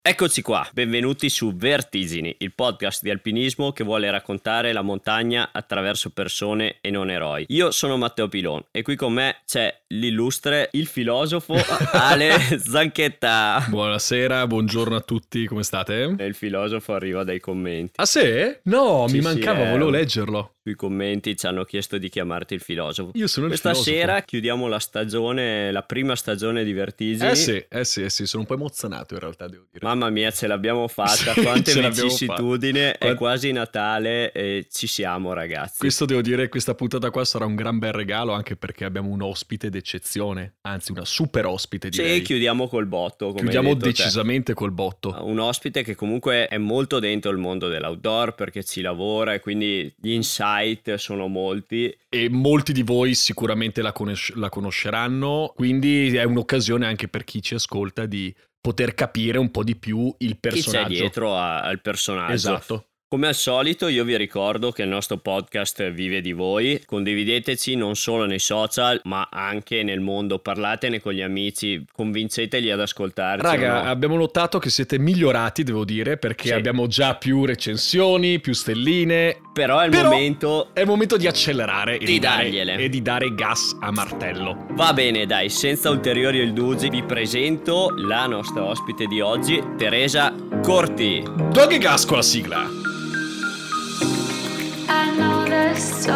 Eccoci qua, benvenuti su Vertigini, il podcast di alpinismo che vuole raccontare la montagna attraverso persone e non eroi. Io sono Matteo Pilon e qui con me c'è l'illustre, il filosofo Ale Zanchetta. Buonasera, buongiorno a tutti, come state? E il filosofo arriva dai commenti. Ah sì? No, Sì, mi mancava, volevo leggerlo. Sui commenti ci hanno chiesto di chiamarti il filosofo. Io sono il Questa filosofo. sera chiudiamo la stagione, la prima stagione di Vertigini. Eh sì, sono un po' emozionato in realtà, devo dire. Mamma mia, ce l'abbiamo fatta, Sì, quante ce l'abbiamo vicissitudini, fatta. è quasi Natale e ci siamo ragazzi. Questo devo dire, questa puntata qua sarà un gran bel regalo anche perché abbiamo un ospite d'eccezione, anzi una super ospite direi. Sì, chiudiamo col botto, come Chiudiamo hai detto decisamente col botto. Un ospite che comunque è molto dentro il mondo dell'outdoor perché ci lavora e quindi gli insight sono molti. E molti di voi sicuramente la conosceranno, quindi è un'occasione anche per chi ci ascolta di poter capire un po' di più il personaggio. Chi c'è dietro al personaggio. Esatto. Come al solito io vi ricordo che il nostro podcast vive di voi, condivideteci non solo nei social ma anche nel mondo, parlatene con gli amici, convinceteli ad ascoltarci. Raga, abbiamo notato che siete migliorati, devo dire, perché Sì. abbiamo già più recensioni, più stelline. Però è il momento di accelerare di dargliele e di dare gas a martello. Va bene, dai, senza ulteriori indugi vi presento la nostra ospite di oggi, Teresa Corti. Doggy gas con la sigla. I know the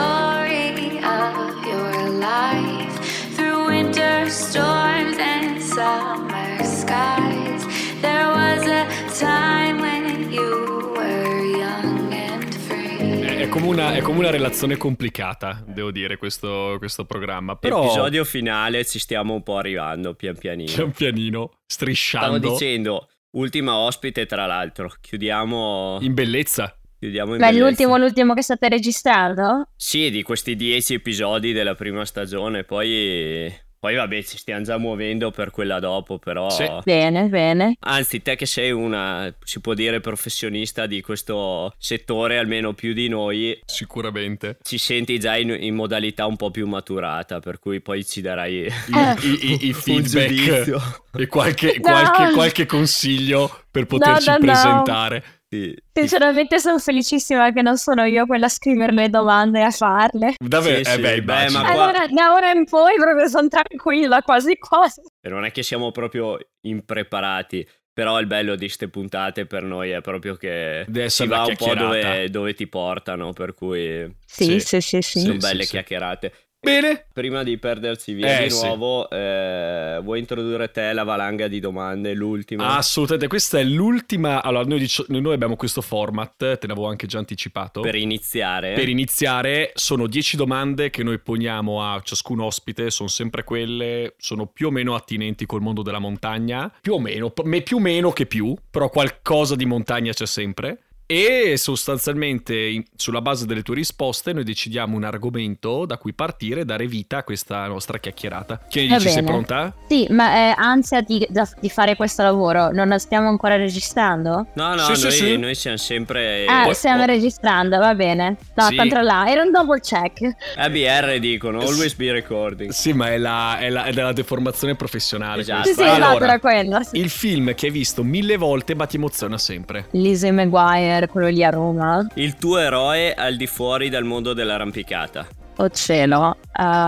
story of your life through winter storms and summer skies. There was a time when you were young and free. È come una relazione complicata, devo dire, questo programma. Però Episodio finale, ci stiamo un po' arrivando pian pianino. pian pianino, strisciando. Stavo dicendo, ultima ospite tra l'altro, chiudiamo In bellezza. in Beh, bellezza. l'ultimo che state registrando? Sì, di questi 10 episodi della prima stagione, poi vabbè ci stiamo già muovendo per quella dopo, però... Sì. Bene. Anzi, te che sei una, si può dire, professionista di questo settore, almeno più di noi, Sicuramente. ci senti già in modalità un po' più maturata, per cui poi ci darai I un feedback giudizio. e qualche consiglio per poterci No. presentare. Sì. Sinceramente sono felicissima che non sono io quella a scrivere le domande e a farle. Davvero? Sì, sì. Beh, immagino. ma qua- Allora, da ora in poi proprio sono tranquilla, quasi. E non è che siamo proprio impreparati, però il bello di ste puntate per noi è proprio che Deve si essere va una un po' chiacchierata. dove ti portano, per cui Sì. sono belle sì. chiacchierate. Bene. Prima di perderci via di Sì. nuovo, vuoi introdurre te la valanga di domande, l'ultima? Assolutamente, questa è l'ultima. Allora, noi abbiamo questo format, te l'avevo anche già anticipato. Per iniziare. Per iniziare, sono 10 domande che noi poniamo a ciascun ospite, sono sempre quelle, sono più o meno attinenti col mondo della montagna, più o meno che più, però qualcosa di montagna c'è sempre. E sostanzialmente sulla base delle tue risposte noi decidiamo un argomento da cui partire e dare vita a questa nostra chiacchierata. Che ne Va dici, sei bene. pronta? Sì, ma ansia di fare questo lavoro, non stiamo ancora registrando? No, Sì. noi siamo sempre... Stiamo registrando, va bene. No, Sì. controllare, era un double check. ABR dicono, always be recording. Sì, ma è della deformazione professionale. Esatto. questa. Sì, esatto, Allora, era quello. Sì. il film che hai visto 1000 volte ma ti emoziona sempre. Lizzie McGuire, quello lì a Roma. Il tuo eroe al di fuori dal mondo dell'arrampicata. Oh cielo.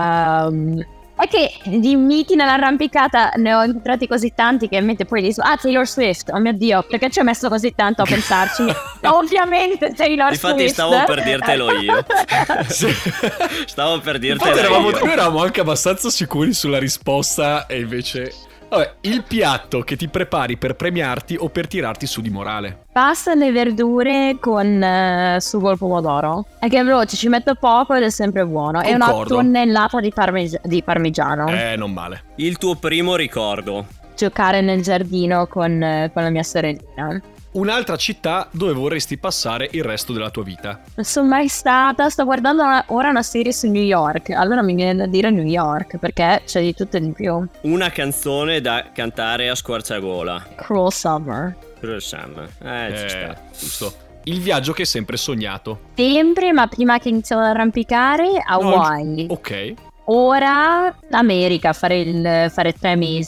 È che di miti nell'arrampicata ne ho incontrati così tanti che in mente poi li so. Taylor Swift, oh mio Dio, perché ci ho messo così tanto a pensarci? Ovviamente Taylor Infatti Swift. stavo per dirtelo io. Sì. Stavo per Infatti dirtelo noi io. eravamo anche abbastanza sicuri sulla risposta e invece... Vabbè, il piatto che ti prepari per premiarti o per tirarti su di morale. Pasta alle verdure con sugo al pomodoro. È che è veloce, ci metto poco ed è sempre buono. È una Concordo. tonnellata di parmigiano. Non male. Il tuo primo ricordo. Giocare nel giardino con la mia sorellina. Un'altra città dove vorresti passare il resto della tua vita. Non sono mai stata, sto guardando ora una serie su New York, allora mi viene da dire New York perché c'è di tutto e di più. Una canzone da cantare a squarciagola. Cruel Summer. Cruel Summer. Ci sta. Giusto. Il viaggio che hai sempre sognato. Sempre, ma prima che iniziamo ad arrampicare, Hawaii. Ok. Ora America, fare 3 mesi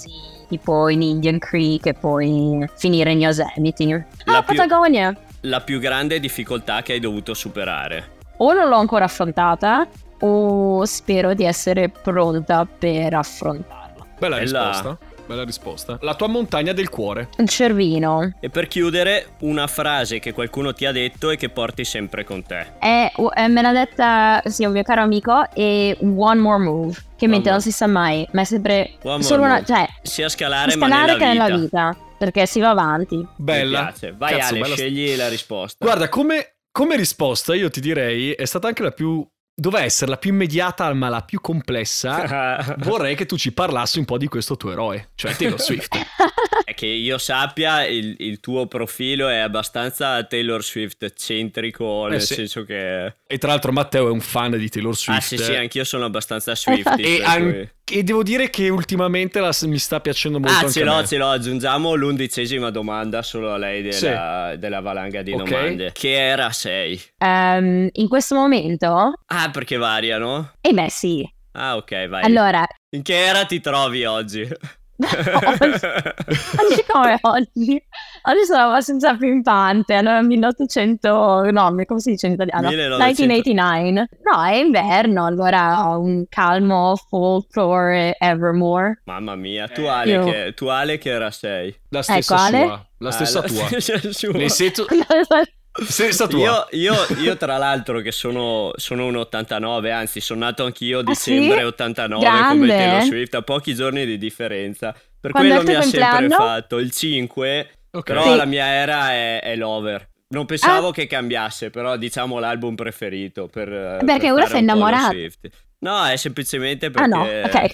tipo in Indian Creek e poi finire in Yosemite. La più- Patagonia! La più grande difficoltà che hai dovuto superare. O non l'ho ancora affrontata o spero di essere pronta per affrontarla. Bella Bella. risposta. Bella risposta. La tua montagna del cuore. Il cervino E per chiudere, una frase che qualcuno ti ha detto e che porti sempre con te. me l'ha detta sì, un mio caro amico, e one more move, che One mente more. non si sa mai, ma è sempre One solo more una, move. cioè Sia scalare, scalare ma che nella nella vita. vita, perché si va avanti. Bella. Mi piace. Vai Cazzo, Ale, bella- scegli la risposta. Guarda, come risposta io ti direi è stata anche la più... Doveva essere la più immediata, ma la più complessa. Vorrei che tu ci parlassi un po' di questo tuo eroe, cioè Taylor Swift. È che io sappia, il tuo profilo è abbastanza Taylor Swift centrico, nel sì. senso che... E tra l'altro Matteo è un fan di Taylor Swift. Ah sì, anch'io sono abbastanza Swiftie. E, per cui- e devo dire che ultimamente mi sta piacendo molto Ah, anche ce a l'ho, me. ce l'ho. Aggiungiamo l'11ª domanda solo a lei della valanga di Ok. domande. Che era sei? In questo momento, Ah, perché variano? beh sì, Ah, ok, vai. allora In che era ti trovi oggi? oggi come oggi sono abbastanza pimpante. Allora 1800, no, come si dice in italiano? 1900. 1989. No, è inverno, allora ho un calmo folklore Evermore. Mamma mia, tu Io- Ale che era sei? La stessa Ecco, Ale? sua. La stessa tua. stessa sua. Nel senso... Stessa tua. Io tra l'altro che sono un 89, anzi sono nato anch'io a Ah, sì? dicembre 89 Grande. come Taylor Swift, a pochi giorni di differenza. Per Quando quello è il mi tuo ha sempre compleanno? fatto il 5, Ok. però Sì. la mia era è Lover. Non pensavo che cambiasse, però diciamo l'album preferito per Perché ora fare sei un po' lo innamorato. Swift. No, è semplicemente Ah perché no, ok.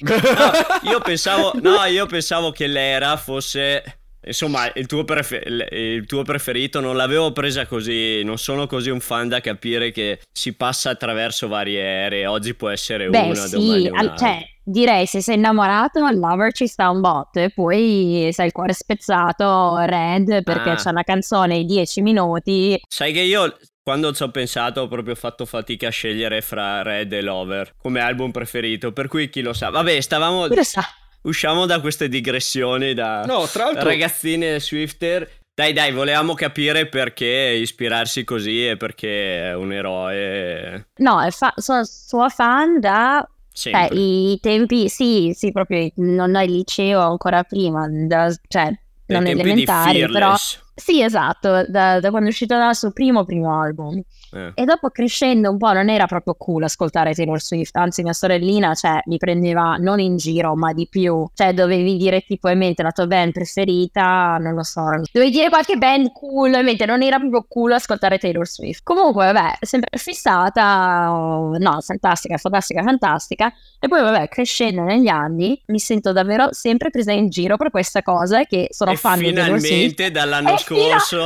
io pensavo che l'era fosse, insomma, il tuo preferito. Non l'avevo presa così, non sono così un fan da capire che si passa attraverso varie ere. Oggi può essere Beh una, sì, domani un'altra. cioè direi se sei innamorato Lover ci sta un botto, e poi sai il cuore spezzato Red perché Ah. c'è una canzone di 10 minuti. Sai che io, quando ci ho pensato, ho proprio fatto fatica a scegliere fra Red e Lover come album preferito, per cui chi lo sa. Vabbè, Cosa sa? usciamo da queste digressioni da No, tra l'altro... ragazzine Swifter. Dai, volevamo capire perché ispirarsi così e perché è un eroe No, sono sua fan da sempre. i tempi, sì, proprio non al liceo, ancora prima, cioè Dai non tempi di elementari, però Fearless. sì, esatto, da quando è uscito dal suo primo album. E dopo crescendo un po' non era proprio cool ascoltare Taylor Swift, anzi mia sorellina, cioè, mi prendeva non in giro ma di più, cioè dovevi dire tipo in mente la tua band preferita, non lo so, dovevi dire qualche band cool, in mente non era proprio cool ascoltare Taylor Swift. Comunque vabbè, sempre fissata, no, fantastica, e poi vabbè, crescendo negli anni mi sento davvero sempre presa in giro per questa cosa, che sono E fan di Taylor Swift. finalmente dall'anno scorso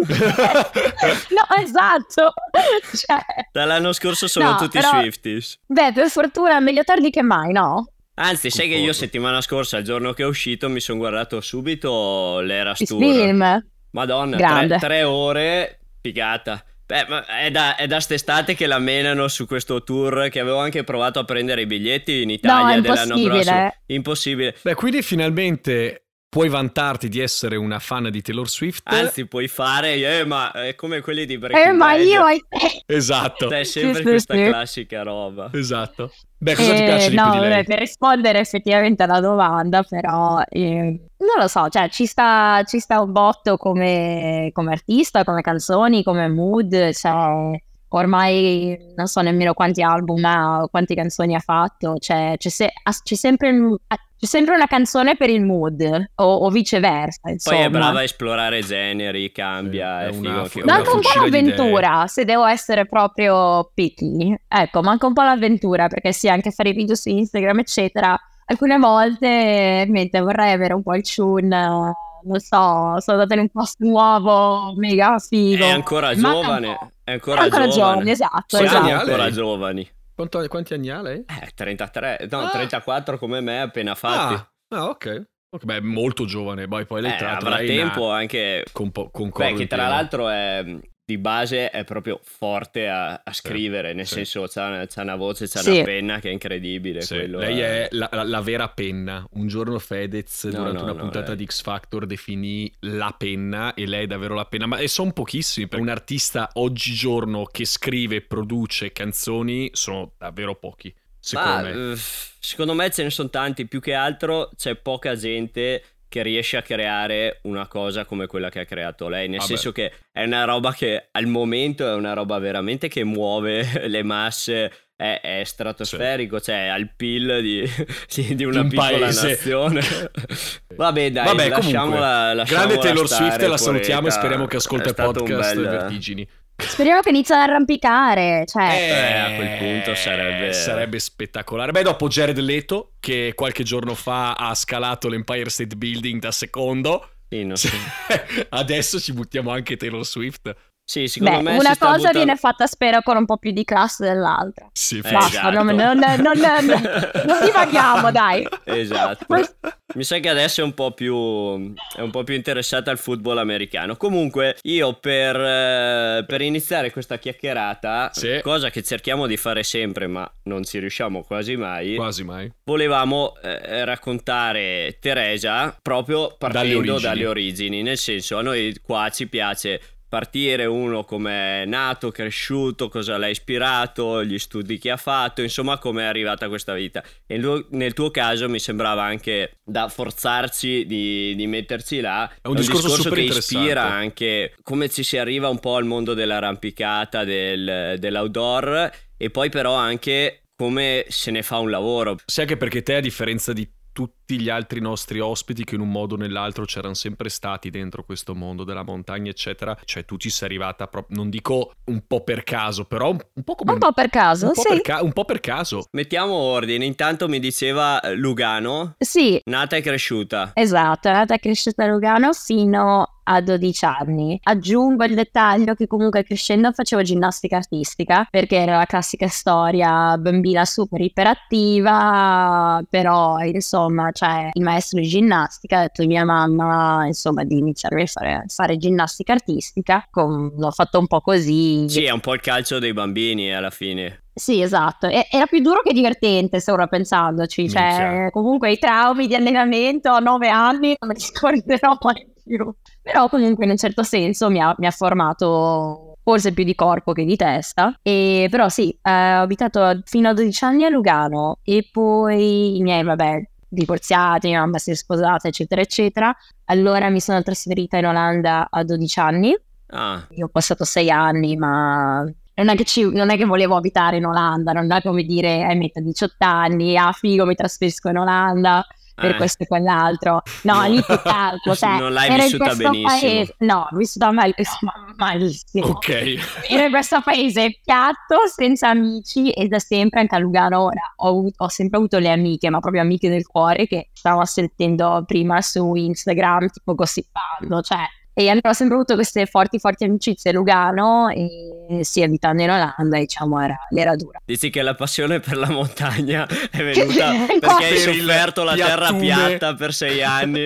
No, esatto. Cioè, dall'anno scorso sono no, tutti però- Swifties. beh, per fortuna meglio tardi che mai, no? Anzi, sai che io settimana scorsa, il giorno che è uscito, mi sono guardato subito l'Eras Il Tour. film. Madonna, Grande. 3 ore, figata. Beh, ma è da st'estate che la menano su questo tour, che avevo anche provato a prendere i biglietti in Italia No, dell'anno impossibile. prossimo. Impossibile. Beh, quindi finalmente puoi vantarti di essere una fan di Taylor Swift. Anzi, puoi fare, ma è come quelli di Breaking Ma Bad. io... Esatto. È sempre Sì, questa sì. classica roba. Esatto. Beh, cosa ti piace di no, più di lei? vabbè, per rispondere effettivamente alla domanda, però non lo so, cioè ci sta un botto come artista, come canzoni, come mood, cioè ormai non so nemmeno quanti album ha, quante canzoni ha fatto, cioè c'è sempre una canzone per il mood o viceversa, insomma. Poi è brava a esplorare generi, cambia, È è una figo. una Manca un po' fucina di l'avventura, se devo essere proprio picky. Ecco, manca un po' l'avventura, perché sì, anche fare i video su Instagram, eccetera, alcune volte mentre vorrei avere un po' il tune, non so, sono andata in un posto nuovo, mega figo. È ancora Manca un giovane, po'. è ancora giovane. giovane, esatto, Siamo esatto. ancora Lei? giovani. Quanti anni ha lei? 33, no, Ah. 34 come me, appena fatti. Ok. Ok, beh, è molto giovane. Poi lei tra l'altro avrà è in- tempo anche. Concordo Beh, che in tra pieno. l'altro è di base è proprio forte a scrivere, nel senso c'ha una voce, c'ha Sì. una penna che è incredibile. Sì, Quello lei è la vera penna. Un giorno Fedez durante una puntata lei. di X Factor definì la penna, e lei è davvero la penna. E sono pochissimi, per un artista oggigiorno che scrive e produce canzoni sono davvero pochi, secondo me. Secondo me ce ne sono tanti, più che altro c'è poca gente che riesce a creare una cosa come quella che ha creato lei, nel senso che è una roba che al momento è una roba veramente che muove le masse, è stratosferico, cioè al PIL di una un piccola paese. nazione. Vabbè dai, lasciamola grande Taylor stare, Swift, la salutiamo e poveretta. speriamo che ascolta È il stato un podcast bel- Vertigini. Speriamo che inizi ad arrampicare, cioè. A quel punto sarebbe spettacolare. Beh, dopo Jared Leto, che qualche giorno fa ha scalato l'Empire State Building da secondo, Sì, non so. adesso ci buttiamo anche Taylor Swift. Sì, secondo me Una si sta cosa buttando- viene fatta, spero, con un po' più di classe dell'altra. Sì, Basta, esatto. non divaghiamo, dai. Esatto. Mi sa che adesso è un po' più interessata al football americano. Comunque, io per iniziare questa chiacchierata, Sì. cosa che cerchiamo di fare sempre, ma non ci riusciamo quasi mai, quasi mai. volevamo raccontare Teresa proprio partendo Dalle dalle origini. Nel senso, a noi qua ci piace partire uno come è nato, cresciuto, cosa l'ha ispirato, gli studi che ha fatto, insomma come è arrivata a questa vita. E nel tuo caso mi sembrava anche da forzarci di metterci là. È un discorso super che interessante. ispira anche come ci si arriva un po' al mondo dell'arrampicata, dell'outdoor, e poi però anche come se ne fa un lavoro. Sì, anche perché te, a differenza di tutti gli altri nostri ospiti che in un modo o nell'altro c'erano sempre stati dentro questo mondo della montagna eccetera, cioè tu ci sei arrivata proprio, non dico un po' per caso, però un po' come Un po' per caso, un po' sì. un po' per caso. Mettiamo ordine, intanto mi diceva Lugano, Sì, nata e cresciuta. esatto, è nata e cresciuta a Lugano fino a 12 anni. Aggiungo il dettaglio che comunque crescendo facevo ginnastica artistica, perché era la classica storia bambina super iperattiva, però insomma, cioè il maestro di ginnastica ha detto a mia mamma, insomma, di iniziare a fare ginnastica artistica. L'ho fatto un po' così. Sì, è un po' il calcio dei bambini alla fine. Sì, esatto, era più duro che divertente, se ora pensandoci, cioè Minchia. comunque i traumi di allenamento a 9 anni non me li scorderò mai più, però comunque in un certo senso mi ha formato forse più di corpo che di testa, e però sì, ho abitato fino a 12 anni a Lugano e poi i miei, divorziati, mia mamma si è sposata eccetera eccetera, allora mi sono trasferita in Olanda a 12 anni. Ah, Io ho passato 6 anni, ma non è che volevo abitare in Olanda, non è come dire, metto 18 anni, figo, mi trasferisco in Olanda per questo e quell'altro. No, lì che calco, cioè, non l'hai era in vissuta questo benissimo. paese, no, ho vissuta malissimo. Ok. Ero in questo paese piatto, senza amici, e da sempre anche a Lugano ora ho sempre avuto le amiche, ma proprio amiche del cuore, che stavo sentendo prima su Instagram, tipo gossipando, cioè. E allora ho sempre avuto queste forti amicizie a Lugano, e sì, abitando in Olanda, diciamo, era dura. dici che la passione per la montagna è venuta perché hai Per il sofferto la terra piattume. piatta per 6 anni.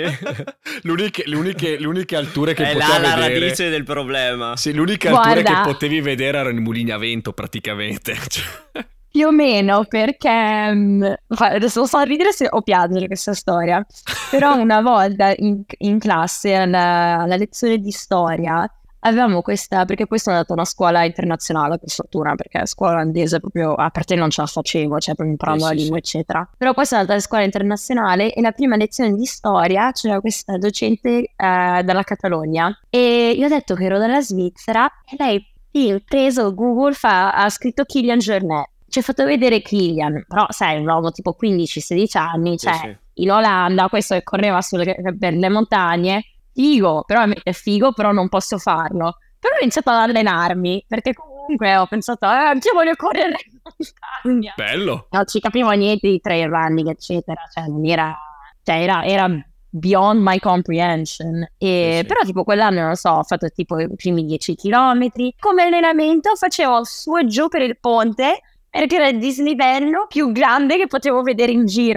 Le uniche alture che È là potevi la vedere. radice del problema. Sì, l'unica alture Guarda. che potevi vedere erano i mulini a vento praticamente. Più o meno, perché adesso non so ridere o piangere questa storia, però una volta in classe alla lezione di storia avevamo questa, perché poi sono andata a una scuola internazionale per fortuna, perché la scuola olandese proprio a parte non ce la facevo, cioè proprio imparando la lingua eccetera, però poi sono andata alla scuola internazionale e la prima lezione di storia c'era questa docente dalla Catalogna, e io ho detto che ero dalla Svizzera e lei ha preso Google, ha scritto Kilian Jornet. Ci ha fatto vedere Kilian, però sai, un uomo tipo 15-16 anni, cioè Sì. in Olanda, questo che correva per le montagne, figo, però è figo, però non posso farlo. Però ho iniziato ad allenarmi, perché comunque ho pensato, anch'io voglio correre in montagna. Bello. Non ci capivo niente di trail running, eccetera, cioè non era, era beyond my comprehension. Sì. Però tipo quell'anno, non lo so, ho fatto tipo i primi 10 chilometri. Come allenamento facevo su e giù per il ponte, perché era il dislivello più grande che potevo vedere in giro.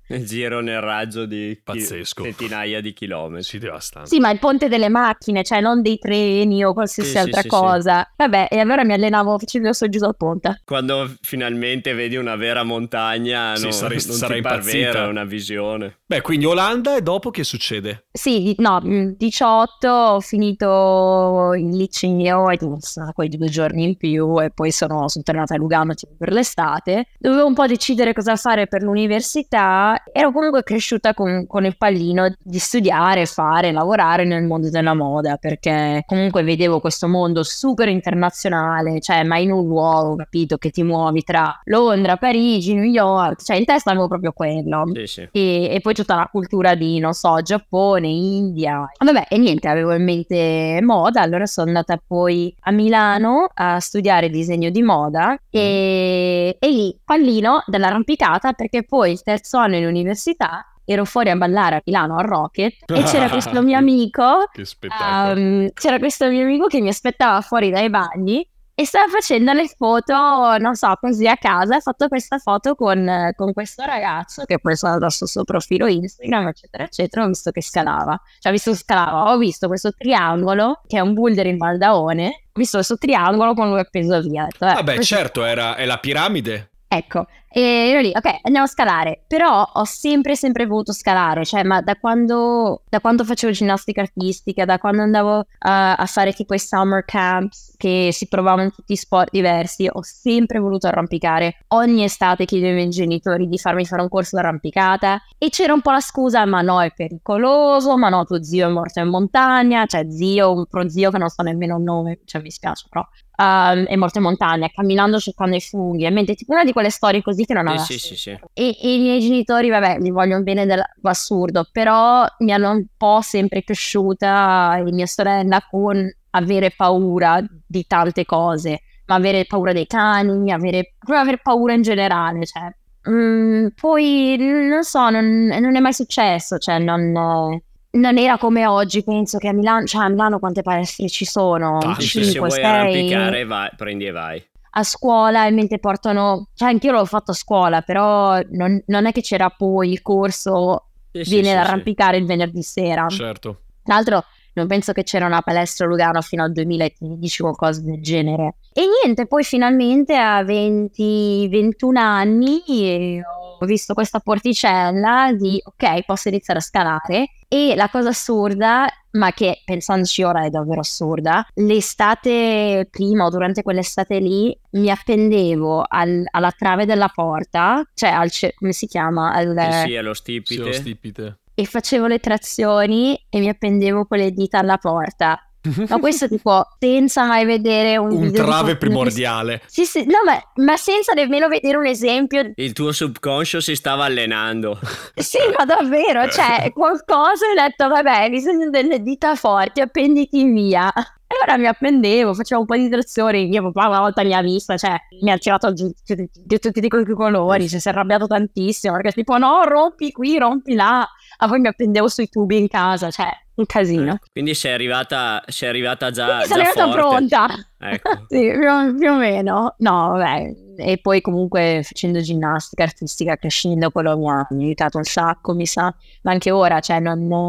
Giro nel raggio di Pazzesco. centinaia di chilometri. Sì, devastante. Sì, ma il ponte delle macchine, cioè non dei treni o qualsiasi Sì, altra sì, cosa. Vabbè, e allora mi allenavo facendo su e giù dal ponte. Quando finalmente vedi una vera montagna, Sì, non sarai ti par impazzita. vera, è una visione. Beh, quindi Olanda, e dopo che succede? Sì, no, 18 ho finito il liceo e sono quei 2 giorni in più e poi sono tornata a Lugano tipo per l'estate. Dovevo un po' decidere cosa fare per l'università. Ero comunque cresciuta con il pallino di studiare, fare, lavorare nel mondo della moda, perché comunque vedevo questo mondo super internazionale, cioè ma in un luogo, capito, che ti muovi tra Londra, Parigi, New York, cioè in testa avevo proprio quello. Sì, sì. E poi tutta la cultura di, non so, Giappone, India. Vabbè, e niente, avevo in mente moda, allora sono andata poi a Milano a studiare disegno di moda e lì pallino dell'arrampicata, perché poi il terzo anno in università ero fuori a ballare a Milano al Rocket e c'era questo mio amico, Che spettacolo. che mi aspettava fuori dai bagni e stava facendo le foto, non so, così a casa. Ha fatto questa foto con questo ragazzo che poi sono andato sul suo profilo Instagram, eccetera, eccetera. Ho visto che scalava. Cioè, ho visto questo triangolo che è un boulder in Valdaone. Ho visto questo triangolo con lui appeso via. Ho detto, Vabbè, questo- certo, è la piramide. Ecco, e ero lì, ok, andiamo a scalare. Però ho sempre voluto scalare, cioè, ma da quando facevo ginnastica artistica, da quando andavo a fare tipo i summer camps che si provavano tutti sport diversi, ho sempre voluto arrampicare. Ogni estate chiedevo ai miei genitori di farmi fare un corso d'arrampicata e c'era un po' la scusa, ma no, è pericoloso, ma no, tuo zio è morto in montagna, cioè un prozio che non so nemmeno il nome, cioè mi spiace però. È morto in montagna, camminando cercando i funghi, e mente tipo una di quelle storie così che non aveva Sì, senso. sì. E i miei genitori, vabbè, mi vogliono bene dell'assurdo, però mi hanno un po' sempre cresciuta, e mia sorella, con avere paura di tante cose, ma avere paura dei cani, proprio avere paura in generale, cioè. Poi, non so, non è mai successo, cioè non era come oggi, penso che a Milano quante palestre ci sono? Tante. Sì, se 5, vuoi 6 arrampicare, prendi e vai. a scuola, e mentre portano, cioè anch'io l'ho fatto a scuola, però non è che c'era poi il corso Sì, sì, viene sì, ad sì. arrampicare il venerdì sera. Certo. Tra l'altro non penso che c'era una palestra a Lugano fino al 2015 o qualcosa del genere. E niente, poi finalmente a 20-21 anni ho visto questa porticella di ok, posso iniziare a scalare. E la cosa assurda, ma che pensandoci ora è davvero assurda, l'estate prima o durante quell'estate lì mi appendevo alla trave della porta, cioè come si chiama? Sì, è lo Sì, lo stipite. stipite. E facevo le trazioni e mi appendevo con le dita alla porta. Ma questo tipo senza mai vedere un Un video di trave qualcuno primordiale. Sì, no, ma senza nemmeno vedere un esempio. Il tuo subconscio si stava allenando. Sì, ma davvero, cioè qualcosa, ho detto vabbè, hai bisogno delle dita forti, appenditi via. E allora mi appendevo, facevo un po' di trazioni. Mio papà una volta mi ha vista, cioè mi ha tirato giù di tutti quei colori, cioè, si è arrabbiato tantissimo perché tipo no, rompi qui, rompi là. A poi mi appendevo sui tubi in casa, cioè un casino. Quindi sei arrivata già, Quindi già sono arrivata forte. pronta. Ecco. Sì, più o meno. No, vabbè. E poi comunque facendo ginnastica artistica, crescendo, quello mi ha aiutato un sacco, mi sa. Ma anche ora, cioè,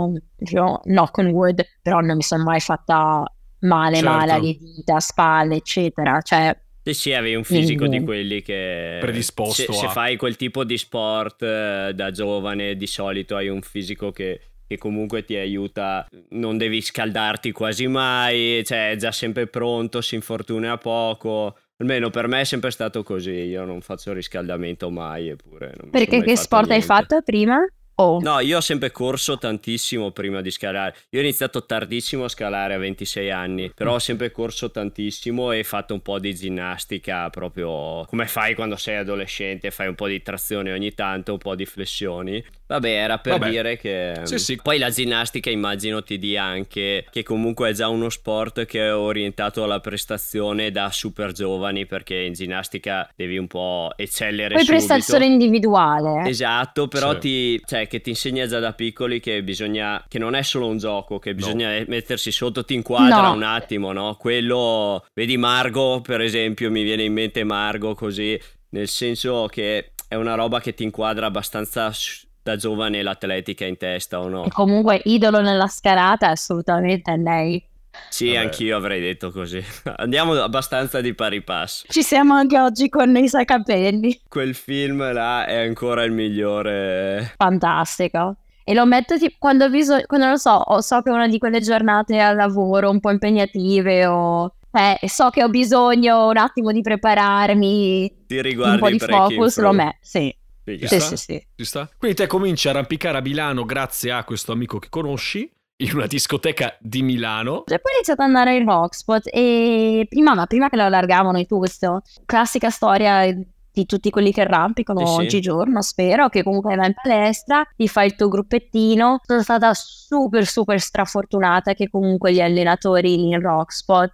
knock on wood, però non mi sono mai fatta male Certo. alle dita, spalle, eccetera. Cioè, Sì, avevi un fisico quindi di quelli che Predisposto se a- fai quel tipo di sport da giovane, di solito hai un fisico che comunque ti aiuta, non devi scaldarti quasi mai, cioè è già sempre pronto, si infortuna poco. Almeno per me è sempre stato così, io non faccio riscaldamento mai, eppure non mi sono perché mai che fatto sport hai niente. fatto prima? Oh. No, io ho sempre corso tantissimo prima di scalare. Io ho iniziato tardissimo a scalare a 26 anni, però ho sempre corso tantissimo e fatto un po' di ginnastica, proprio come fai quando sei adolescente, fai un po' di trazione ogni tanto, un po' di flessioni. Vabbè, era per Vabbè. dire che Sì. poi la ginnastica immagino ti dia anche che comunque è già uno sport che è orientato alla prestazione da super giovani, perché in ginnastica devi un po' eccellere Poi subito. prestazione individuale. Esatto, però Sì. che ti insegna già da piccoli che non è solo un gioco, che bisogna mettersi sotto, ti inquadra No. un attimo, no? Quello, vedi Margot per esempio, mi viene in mente Margot così, nel senso che è una roba che ti inquadra abbastanza da giovane l'atletica in testa o no? E comunque idolo nella scalata assolutamente è lei. Sì, Vabbè. anch'io avrei detto così. Andiamo abbastanza di pari passo. Ci siamo anche oggi connessi ai capelli. Quel film là è ancora il migliore. Fantastico. E lo metto tipo quando lo so che è una di quelle giornate al lavoro un po' impegnative o so che ho bisogno un attimo di prepararmi, Ti un riguardi po' di Breaking focus, Through. lo metto, sì. Figata. Sì. Ci sta? Quindi te cominci a arrampicare a Milano grazie a questo amico che conosci, in una discoteca di Milano. E poi ho iniziato ad andare in Rockspot e prima che lo allargavano e tu, questa classica storia di tutti quelli che arrampicano Sì. oggigiorno, spero, che comunque vai in palestra, ti fai il tuo gruppettino. Sono stata super super strafortunata che comunque gli allenatori in Rockspot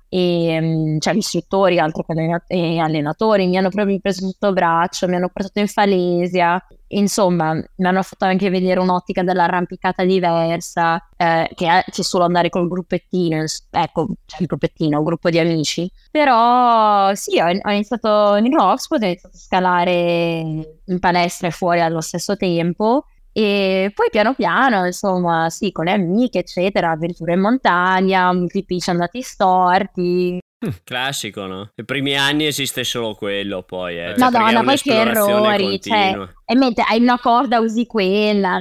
e cioè gli istruttori, altro che allenatori, mi hanno proprio preso sotto braccio, mi hanno portato in Falesia. Insomma, mi hanno fatto anche vedere un'ottica dell'arrampicata diversa, che solo andare col gruppettino, ecco, cioè il gruppettino, un gruppo di amici. Però sì, ho iniziato in Rockspot, ho iniziato a scalare in palestra e fuori allo stesso tempo. E poi piano piano, insomma, sì, con le amiche, eccetera, avventure in montagna, i pitch andati storti. Classico, no? I primi anni esiste solo quello, poi cioè, Madonna, perché è poi che un'esplorazione errori, cioè, continua. e mentre hai una corda usi quella,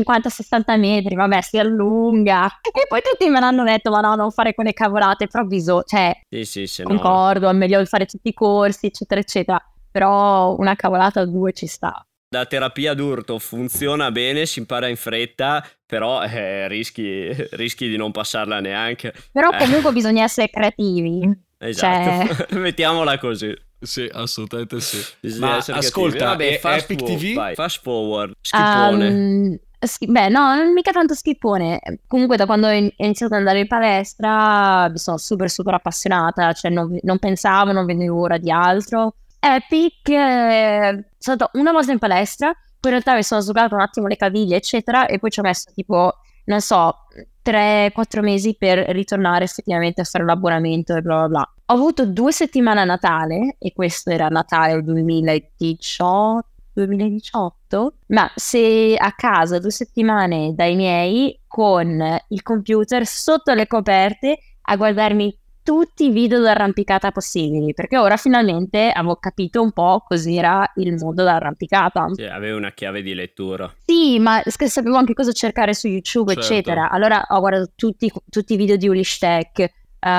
50-60 metri, vabbè, si allunga. E poi tutti me l'hanno detto, ma no, non fare quelle cavolate, però cioè, Sì, se no. concordo, è meglio fare tutti i corsi, eccetera, eccetera, però una cavolata o due ci sta. Da terapia d'urto funziona bene, si impara in fretta, però rischi di non passarla neanche. Però comunque bisogna essere creativi. Esatto, mettiamola così. Sì, assolutamente sì. Bisogna Ma essere ascolta, creativi. Vabbè, fast Epic TV? vai, fast forward, schipone. Beh, no, non mica tanto schipone. Comunque da quando ho iniziato ad andare in palestra mi sono super super appassionata, cioè non pensavo, non vedevo ora di altro. Epic, sono stata una volta in palestra, poi in realtà mi sono sgogata un attimo le caviglie, eccetera, e poi ci ho messo tipo, non so, 3-4 mesi per ritornare effettivamente a fare l'abbonamento e bla bla bla. Ho avuto 2 settimane a Natale, e questo era Natale 2018, ma se a casa 2 settimane dai miei con il computer sotto le coperte a guardarmi tutti i video d'arrampicata possibili, perché ora finalmente avevo capito un po' cos'era il mondo dell'arrampicata. Sì, avevo una chiave di lettura. Sì, ma sapevo anche cosa cercare su YouTube, Certo. eccetera. Allora ho guardato tutti i video di Ulish Tech,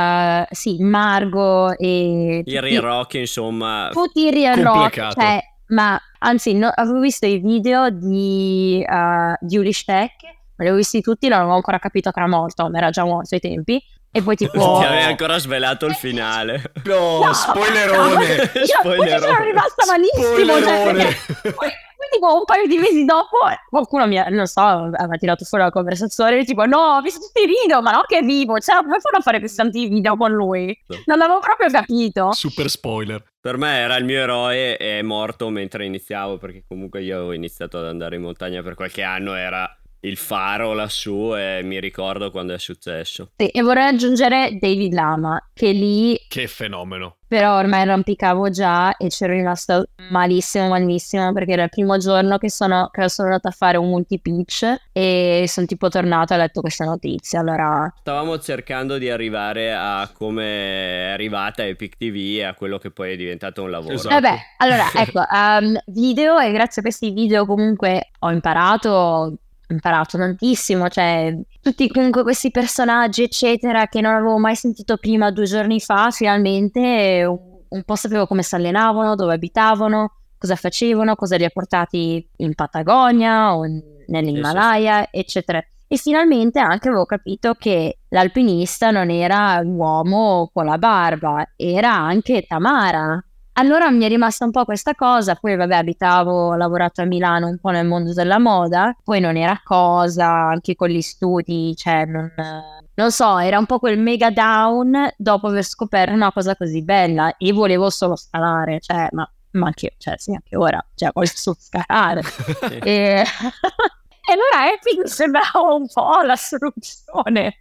sì, Margo e Il Real Rock, insomma. tutti i Real Rock, Complicato. cioè, ma anzi, avevo visto i video di Ulish Tech, me li avevo visti tutti, non avevo ancora capito che era morto, ma era già morto ai tempi. E poi tipo Ti avevi ancora svelato il finale. No, spoilerone! Io poi ci sono rimasta malissimo, Spoilerone! poi tipo un paio di mesi dopo qualcuno non so, aveva tirato fuori la conversazione tipo no, ho visto tutti i video, ma no che vivo, cioè come fanno a fare questi tanti video con lui? Non l'avevo proprio capito. Super spoiler. Per me era il mio eroe e è morto mentre iniziavo, perché comunque io avevo iniziato ad andare in montagna per qualche anno, era il faro lassù e mi ricordo quando è successo. Sì, e vorrei aggiungere David Lama, che lì Che fenomeno. però ormai arrampicavo già e c'ero rimasta malissimo perché era il primo giorno che sono andata a fare un multi-pitch e sono tipo tornata e ho letto questa notizia, allora... Stavamo cercando di arrivare a come è arrivata Epic TV e a quello che poi è diventato un lavoro. Esatto. Vabbè, allora ecco, video, e grazie a questi video comunque ho imparato tantissimo, cioè tutti comunque questi personaggi eccetera che non avevo mai sentito prima. 2 giorni fa finalmente un po' sapevo come si allenavano, dove abitavano, cosa facevano, cosa li ha portati in Patagonia o nell'Himalaya, eccetera. E finalmente anche avevo capito che l'alpinista non era l'uomo con la barba, era anche Tamara. Allora mi è rimasta un po' questa cosa, poi vabbè ho lavorato a Milano un po' nel mondo della moda, poi non era cosa, anche con gli studi, cioè non so, era un po' quel mega down dopo aver scoperto una cosa così bella e volevo solo scalare, cioè ma anche, cioè sì, anche ora, cioè voglio solo scalare. E allora Epic sembrava un po' la soluzione,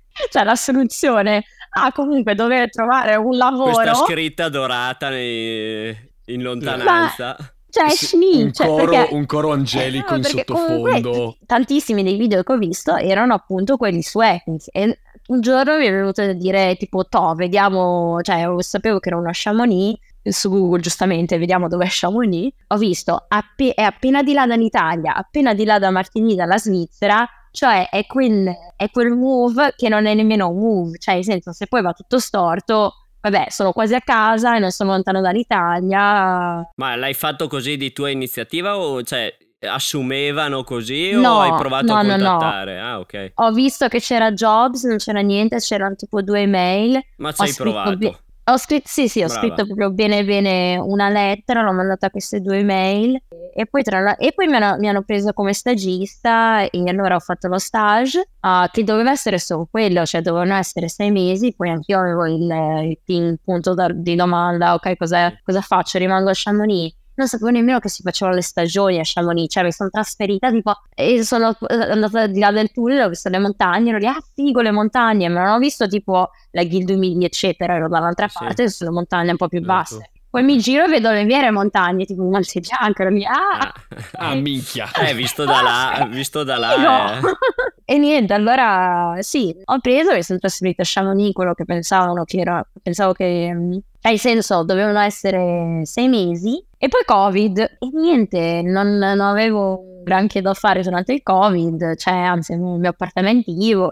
comunque dover trovare un lavoro. Questa scritta dorata in lontananza. Cioè, Shnee, cioè, perché... un coro angelico in perché sottofondo. comunque tantissimi dei video che ho visto erano appunto quelli su Eclipse e un giorno mi è venuto da dire tipo vediamo, cioè sapevo che era una Chamonix su Google, giustamente vediamo dov'è Chamonix, ho visto è appena di là dall'Italia, appena di là da Martigny, dalla Svizzera, cioè è quel move che non è nemmeno un move, cioè nel senso, se poi va tutto storto, vabbè, sono quasi a casa e non sono lontano dall'Italia. Ma l'hai fatto così di tua iniziativa o cioè assumevano così No, o hai provato a no. contattare? Ah, ok. Ho visto che c'era Jobs, non c'era niente, c'erano tipo 2 email. Ma ci hai provato? Ho scritto, sì, ho Brava. scritto proprio bene una lettera, l'ho mandata a queste 2 email e poi, mi hanno preso come stagista e allora ho fatto lo stage che doveva essere solo quello, cioè dovevano essere 6 mesi, poi anch'io avevo il team punto di domanda, ok, cosa faccio? Rimango a Chamonix? Non sapevo nemmeno che si facevano le stagioni a Chamonix, cioè mi sono trasferita tipo e sono andata di là del tunnel, ho visto le montagne, ero lì, figo le montagne, ma non ho visto tipo la Gildumili eccetera, ero dall'altra parte sulle montagne un po' più basse. Poi mi giro e vedo le vere montagne, tipo Monte Bianco, ero lì, minchia. Visto da là. No. E niente, allora sì, ho preso e sono trasferita a Chamonix, quello che pensavo che nel senso dovevano essere 6 mesi e poi Covid e niente, non avevo granché da fare durante il Covid, cioè anzi il mio appartamentino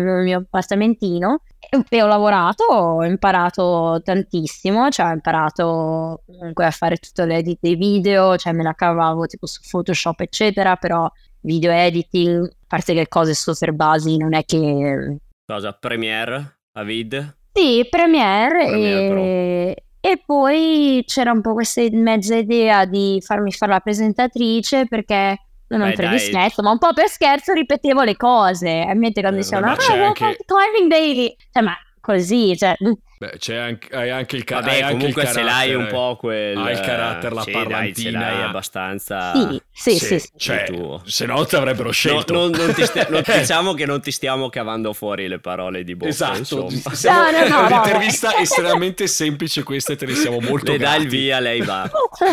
e ho lavorato, ho imparato tantissimo, cioè ho imparato comunque a fare tutto l'edit dei video, cioè me la cavavo tipo su Photoshop eccetera, però video editing, a parte che cose super basi, non è che... Cosa? Premiere? Avid? Sì, Premiere e poi c'era un po' questa mezza idea di farmi fare la presentatrice perché non per discherzo, ma un po' per scherzo ripetevo le cose e mi quando dicevano climbing daily, cioè ma così, cioè... Beh, hai anche il carattere. Vabbè, comunque se l'hai un po' hai il carattere, la parlantina. Ce l'hai abbastanza. Sì. Cioè, se no ti avrebbero scelto. Non diciamo che non ti stiamo cavando fuori le parole di bocca. Esatto. Insomma. È un'intervista estremamente semplice questa e te ne siamo molto grati. Le dai il via, lei va.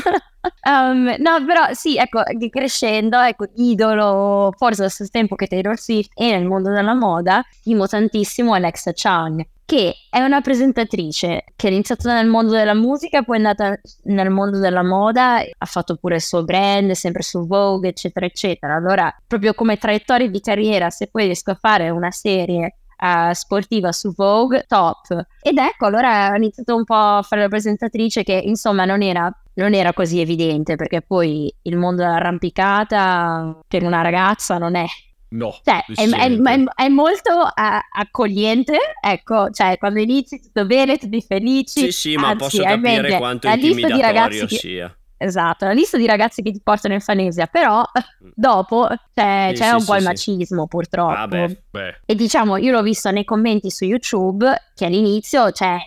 No, però sì, ecco, crescendo, ecco, idolo, forse allo stesso tempo che Taylor Swift e nel mondo della moda, stimo tantissimo Alexa Chung, che è una presentatrice che è iniziata nel mondo della musica, poi è andata nel mondo della moda, ha fatto pure il suo brand, sempre su Vogue, eccetera, eccetera. Allora, proprio come traiettoria di carriera, se poi riesco a fare una serie sportiva su Vogue, top. Ed ecco, allora ho iniziato un po' a fare la presentatrice che insomma non era così evidente, perché poi il mondo dell'arrampicata per una ragazza non è... No, cioè, è molto accogliente, ecco, cioè quando inizi tutto bene, tutti felici. Sì, ma posso capire quanto intimidatorio sia. Esatto, la lista di ragazzi che ti portano in Fanesia, però dopo c'è un po' il macismo purtroppo. Beh. E diciamo, io l'ho visto nei commenti su YouTube che all'inizio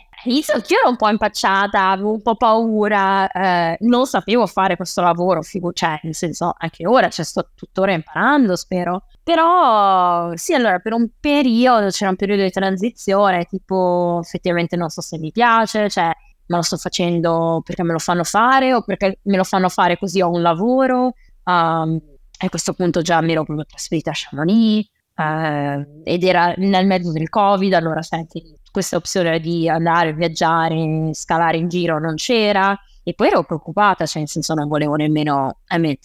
io ero un po' impacciata, avevo un po' paura, non sapevo fare questo lavoro, cioè nel senso anche ora sto tuttora imparando, spero. Però sì, allora per un periodo c'era un periodo di transizione, tipo effettivamente non so se mi piace, cioè me lo sto facendo perché me lo fanno fare o perché me lo fanno fare così ho un lavoro. A questo punto già mi ero proprio trasferita a Chamonix ed era nel mezzo del Covid, allora senti, questa opzione di andare, viaggiare, scalare in giro non c'era e poi ero preoccupata, cioè nel senso non volevo nemmeno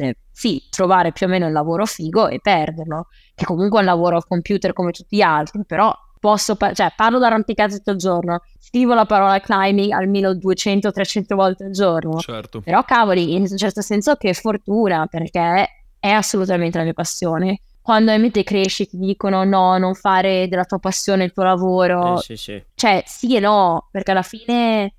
trovare più o meno il lavoro figo e perderlo, che comunque è un lavoro al computer come tutti gli altri, però parlo d'arrampicata tutto il giorno, scrivo la parola climbing almeno 200-300 volte al giorno, certo. Però cavoli, in un certo senso che fortuna, perché è assolutamente la mia passione. Quando ovviamente cresci ti dicono no, non fare della tua passione il tuo lavoro, sì. Cioè sì e no, perché alla fine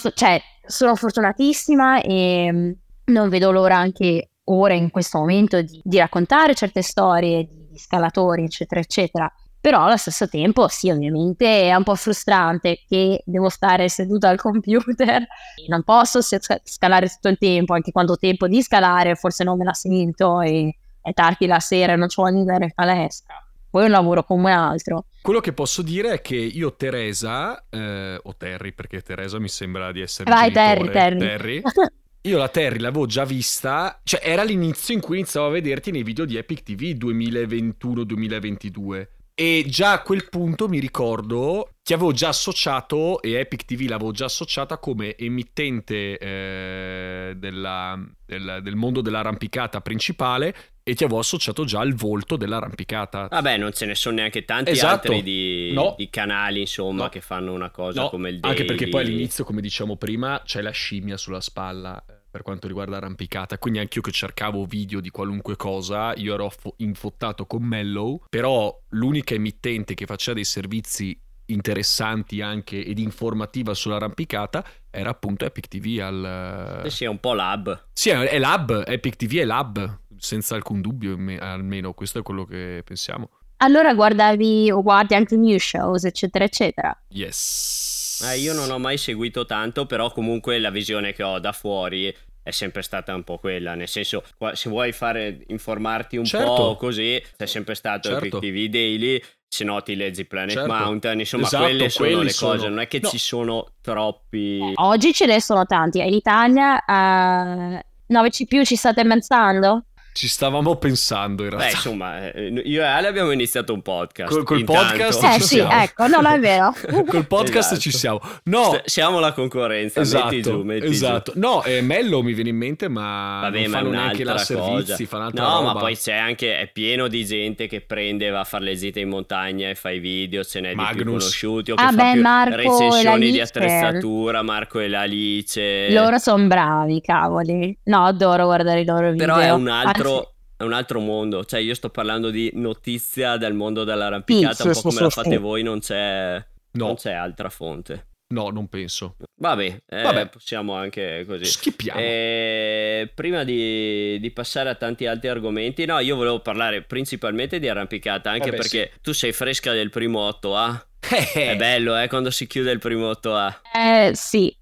sono fortunatissima e non vedo l'ora anche ora in questo momento di raccontare certe storie di scalatori eccetera eccetera. Però allo stesso tempo sì, ovviamente è un po' frustrante che devo stare seduta al computer, non posso scalare tutto il tempo, anche quando ho tempo di scalare forse non me la sento e è tardi la sera e non c'ho voglia di andare in palestra. Poi è un lavoro come un altro. Quello che posso dire è che io Teresa, o Terry, perché Teresa mi sembra di essere Vai genitore, Terry. Io la Terry l'avevo già vista, cioè era l'inizio in cui iniziavo a vederti nei video di Epic TV 2021-2022. E già a quel punto mi ricordo che avevo già associato, e Epic TV l'avevo già associata come emittente del mondo dell'arrampicata principale, e ti avevo associato già il volto dell'arrampicata. Vabbè, non ce ne sono neanche tanti Esatto. altri di canali, insomma, No. che fanno una cosa No, come il Daily. anche perché poi all'inizio, come diciamo prima, c'è la scimmia sulla spalla per quanto riguarda l'arrampicata, quindi anch'io che cercavo video di qualunque cosa, io ero infottato con Mellow, però l'unica emittente che faceva dei servizi interessanti anche ed informativa sull'arrampicata era appunto Epic TV Sì, è un po' lab. Sì, è lab, Epic TV è lab, senza alcun dubbio, almeno questo è quello che pensiamo. Allora guardi anche news shows, eccetera, eccetera. Yes. Io non ho mai seguito tanto, però comunque la visione che ho da fuori è sempre stata un po' quella, nel senso, se vuoi informarti un Certo. po' così, c'è sempre stato Certo. Epic TV Daily, se no ti leggi Planet Certo. Mountain, insomma, Esatto, quelle sono quelli le cose, sono- non è che No. ci sono troppi... Oggi ce ne sono tanti. In Italia 9C+, ci state pensando? Ci stavamo pensando in Beh, realtà. insomma, io e Ale abbiamo iniziato un podcast. Col intanto. podcast ci Sì, siamo. ecco, non è vero. Col podcast Esatto. ci siamo. No, Siamo la concorrenza, esatto, metti giù, metti esatto. giù. No, Mello mi viene in mente, ma Vabbè, non ma è fanno neanche la un'altra cosa. servizi, fa un'altra No, roba. ma poi c'è anche, è pieno di gente che prende, va a fare le gite in montagna e fa i video, ce n'è di più Magnus. conosciuti, o che Ah, fa beh, più Marco e recensioni di l'Alice. attrezzatura, Marco e l'Alice. Loro sono bravi, cavoli. No, adoro guardare i loro video. Però è Anzi, un altro mondo, cioè io sto parlando di notizia dal mondo dell'arrampicata, Sì, un sì, po' sì, come la sì, fate sì. voi, non c'è No, altra fonte. no, non penso. Vabbè, Vabbè. possiamo anche così. Schippiamo. Prima di passare a tanti altri argomenti, no, io volevo parlare principalmente di arrampicata, anche Vabbè, perché tu sei fresca del primo 8A. È Eh, bello, quando si chiude il primo 8A. sì,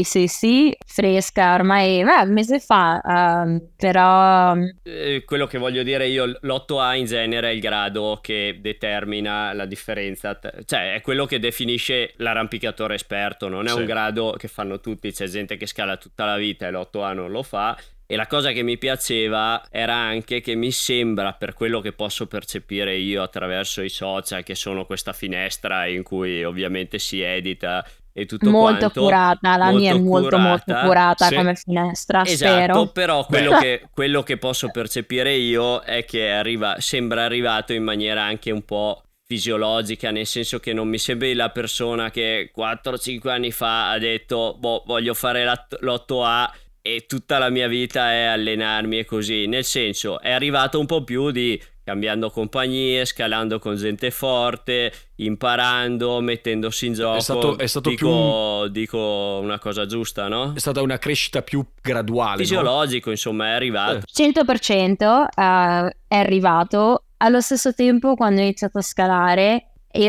fresca ormai, un mese fa, però Quello che voglio dire io, l'8A in genere è il grado che determina la differenza, cioè è quello che definisce l'arrampicatore esperto, non è Sì. un grado che fanno tutti, c'è gente che scala tutta la vita e l'8A non lo fa. E la cosa che mi piaceva era anche che mi sembra, per quello che posso percepire io attraverso i social, che sono questa finestra in cui ovviamente si edita e tutto molto quanto, curata, la mia è molto curata Sì. come finestra, esatto, spero. però quello che posso percepire io è che sembra arrivato in maniera anche un po' fisiologica, nel senso che non mi sembri la persona che 4-5 anni fa ha detto voglio fare l'8A e tutta la mia vita è allenarmi e così, nel senso è arrivato un po' più di cambiando compagnie, scalando con gente forte, imparando, mettendosi in gioco. È stato dico una cosa giusta, no? È stata una crescita più graduale, no? Fisiologico, insomma, è arrivato. 100% è arrivato. Allo stesso tempo, quando ho iniziato a scalare e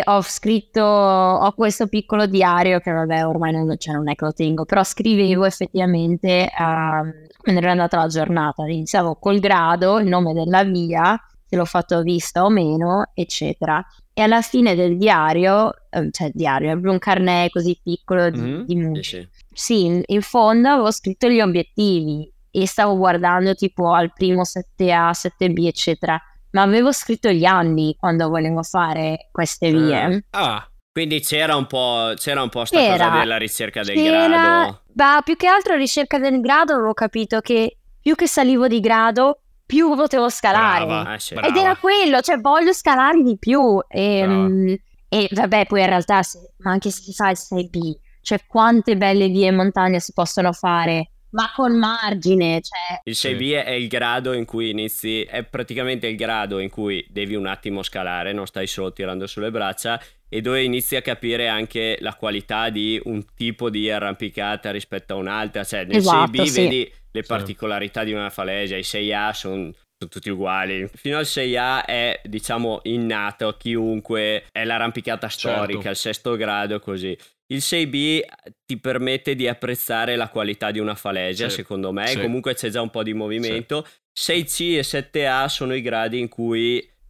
ho questo piccolo diario che vabbè ormai non è che lo tengo, però scrivevo effettivamente come era andata la giornata. Iniziavo col grado, il nome della via, se l'ho fatto vista o meno, eccetera. E alla fine del diario, è proprio un carnet così piccolo di musica. Sì, in fondo avevo scritto gli obiettivi e stavo guardando tipo al primo 7A, 7B, eccetera. Ma avevo scritto gli anni quando volevo fare queste vie. Quindi c'era un po' sta cosa della ricerca del grado. Ma più che altro ricerca del grado avevo capito che più che salivo di grado, più potevo scalare. Brava, Ed era quello, cioè voglio scalare di più. E vabbè, poi in realtà, ma anche se si fa il 6B, cioè quante belle vie in montagna si possono fare, ma con margine, cioè. Il 6B è il grado in cui inizi, è praticamente il grado in cui devi un attimo scalare, non stai solo tirando sulle braccia, e dove inizi a capire anche la qualità di un tipo di arrampicata rispetto a un'altra, cioè nel 6B vedi le particolarità di una falesia, i 6A sono tutti uguali. Fino al 6A è, diciamo, innato a chiunque, è l'arrampicata storica, il sesto grado, così. Il 6B ti permette di apprezzare la qualità di una falesia, secondo me, e comunque c'è già un po' di movimento. 6C e 7A sono i gradi in cui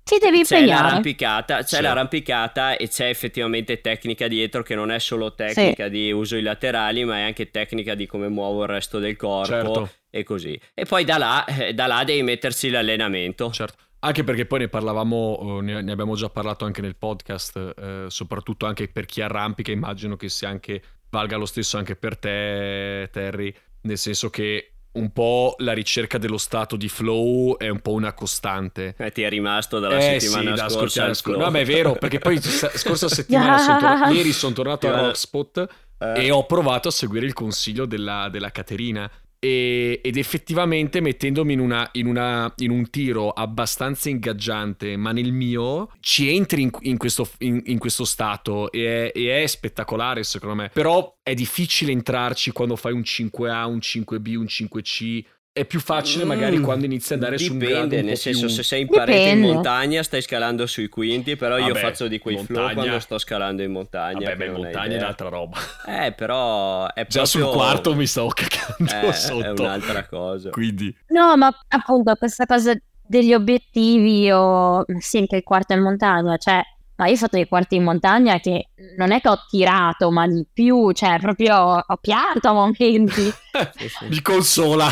Ti devi C'è impegnare. l'arrampicata, Sì. l'arrampicata e c'è effettivamente tecnica dietro, che non è solo tecnica di uso i laterali, ma è anche tecnica di come muovo il resto del corpo, Certo. e così. E poi da là devi mettersi l'allenamento. Certo. Anche perché poi ne parlavamo, ne abbiamo già parlato anche nel podcast, soprattutto anche per chi arrampica, immagino che sia anche, valga lo stesso anche per te, Terry, nel senso che un po' la ricerca dello stato di flow è un po' una costante. Ti è rimasto dalla settimana dalla scorsa al flow. No, ma è vero, perché poi scorsa settimana ieri sono tornato a Rockspot e ho provato a seguire il consiglio della Caterina. Ed effettivamente mettendomi in un tiro abbastanza ingaggiante, ma nel mio ci entri in questo stato e è spettacolare secondo me. Però è difficile entrarci quando fai un 5A, un 5B, un 5C. È più facile magari quando inizi ad andare su un grado un Dipende, po' nel senso, più... se sei in parete in Dipende. montagna stai scalando sui quinti, però io Vabbè, faccio di quei flow montagna- quando sto scalando in montagna. Vabbè, che beh, non hai montagna è idea. un'altra roba. Però è Già sul proprio- quarto mi stavo cagando sotto. È un'altra cosa. Quindi... No, ma appunto questa cosa degli obiettivi o sì, anche il quarto in montagna, cioè, ma io ho fatto dei quarti in montagna che non è che ho tirato, ma di più, cioè proprio ho pianto a momenti. Sì. Mi consola.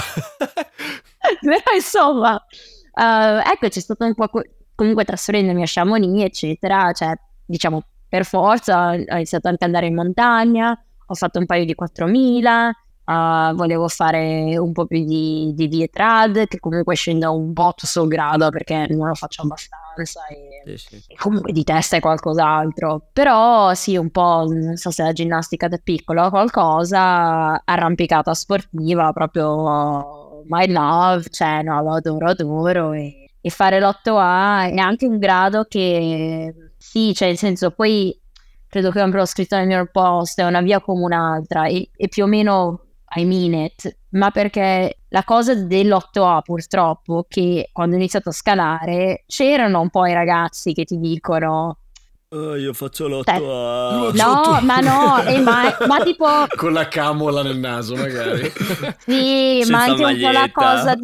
Però insomma, ecco, c'è stato un po' comunque trasferendomi a Chamonix, eccetera, cioè, diciamo, per forza ho iniziato anche ad andare in montagna, ho fatto un paio di 4000, volevo fare un po' più di Dietrad, che comunque scendo un botto sul grado perché non lo faccio abbastanza Sì. e comunque di testa è qualcos'altro. Però sì, un po', non so se la ginnastica da piccolo o qualcosa, arrampicata sportiva, proprio my love, cioè no, lo adoro e fare l'8A è anche un grado che sì, cioè nel senso poi credo che l'ho scritto nel mio post, è una via come un'altra e più o meno I mean it, ma perché la cosa dell'8A purtroppo che quando ho iniziato a scalare c'erano un po' i ragazzi che ti dicono Io faccio Io l'8A. no, ma no, ma tipo Con la camola nel naso magari. sì, Senza ma anche un po' la maglietta. cosa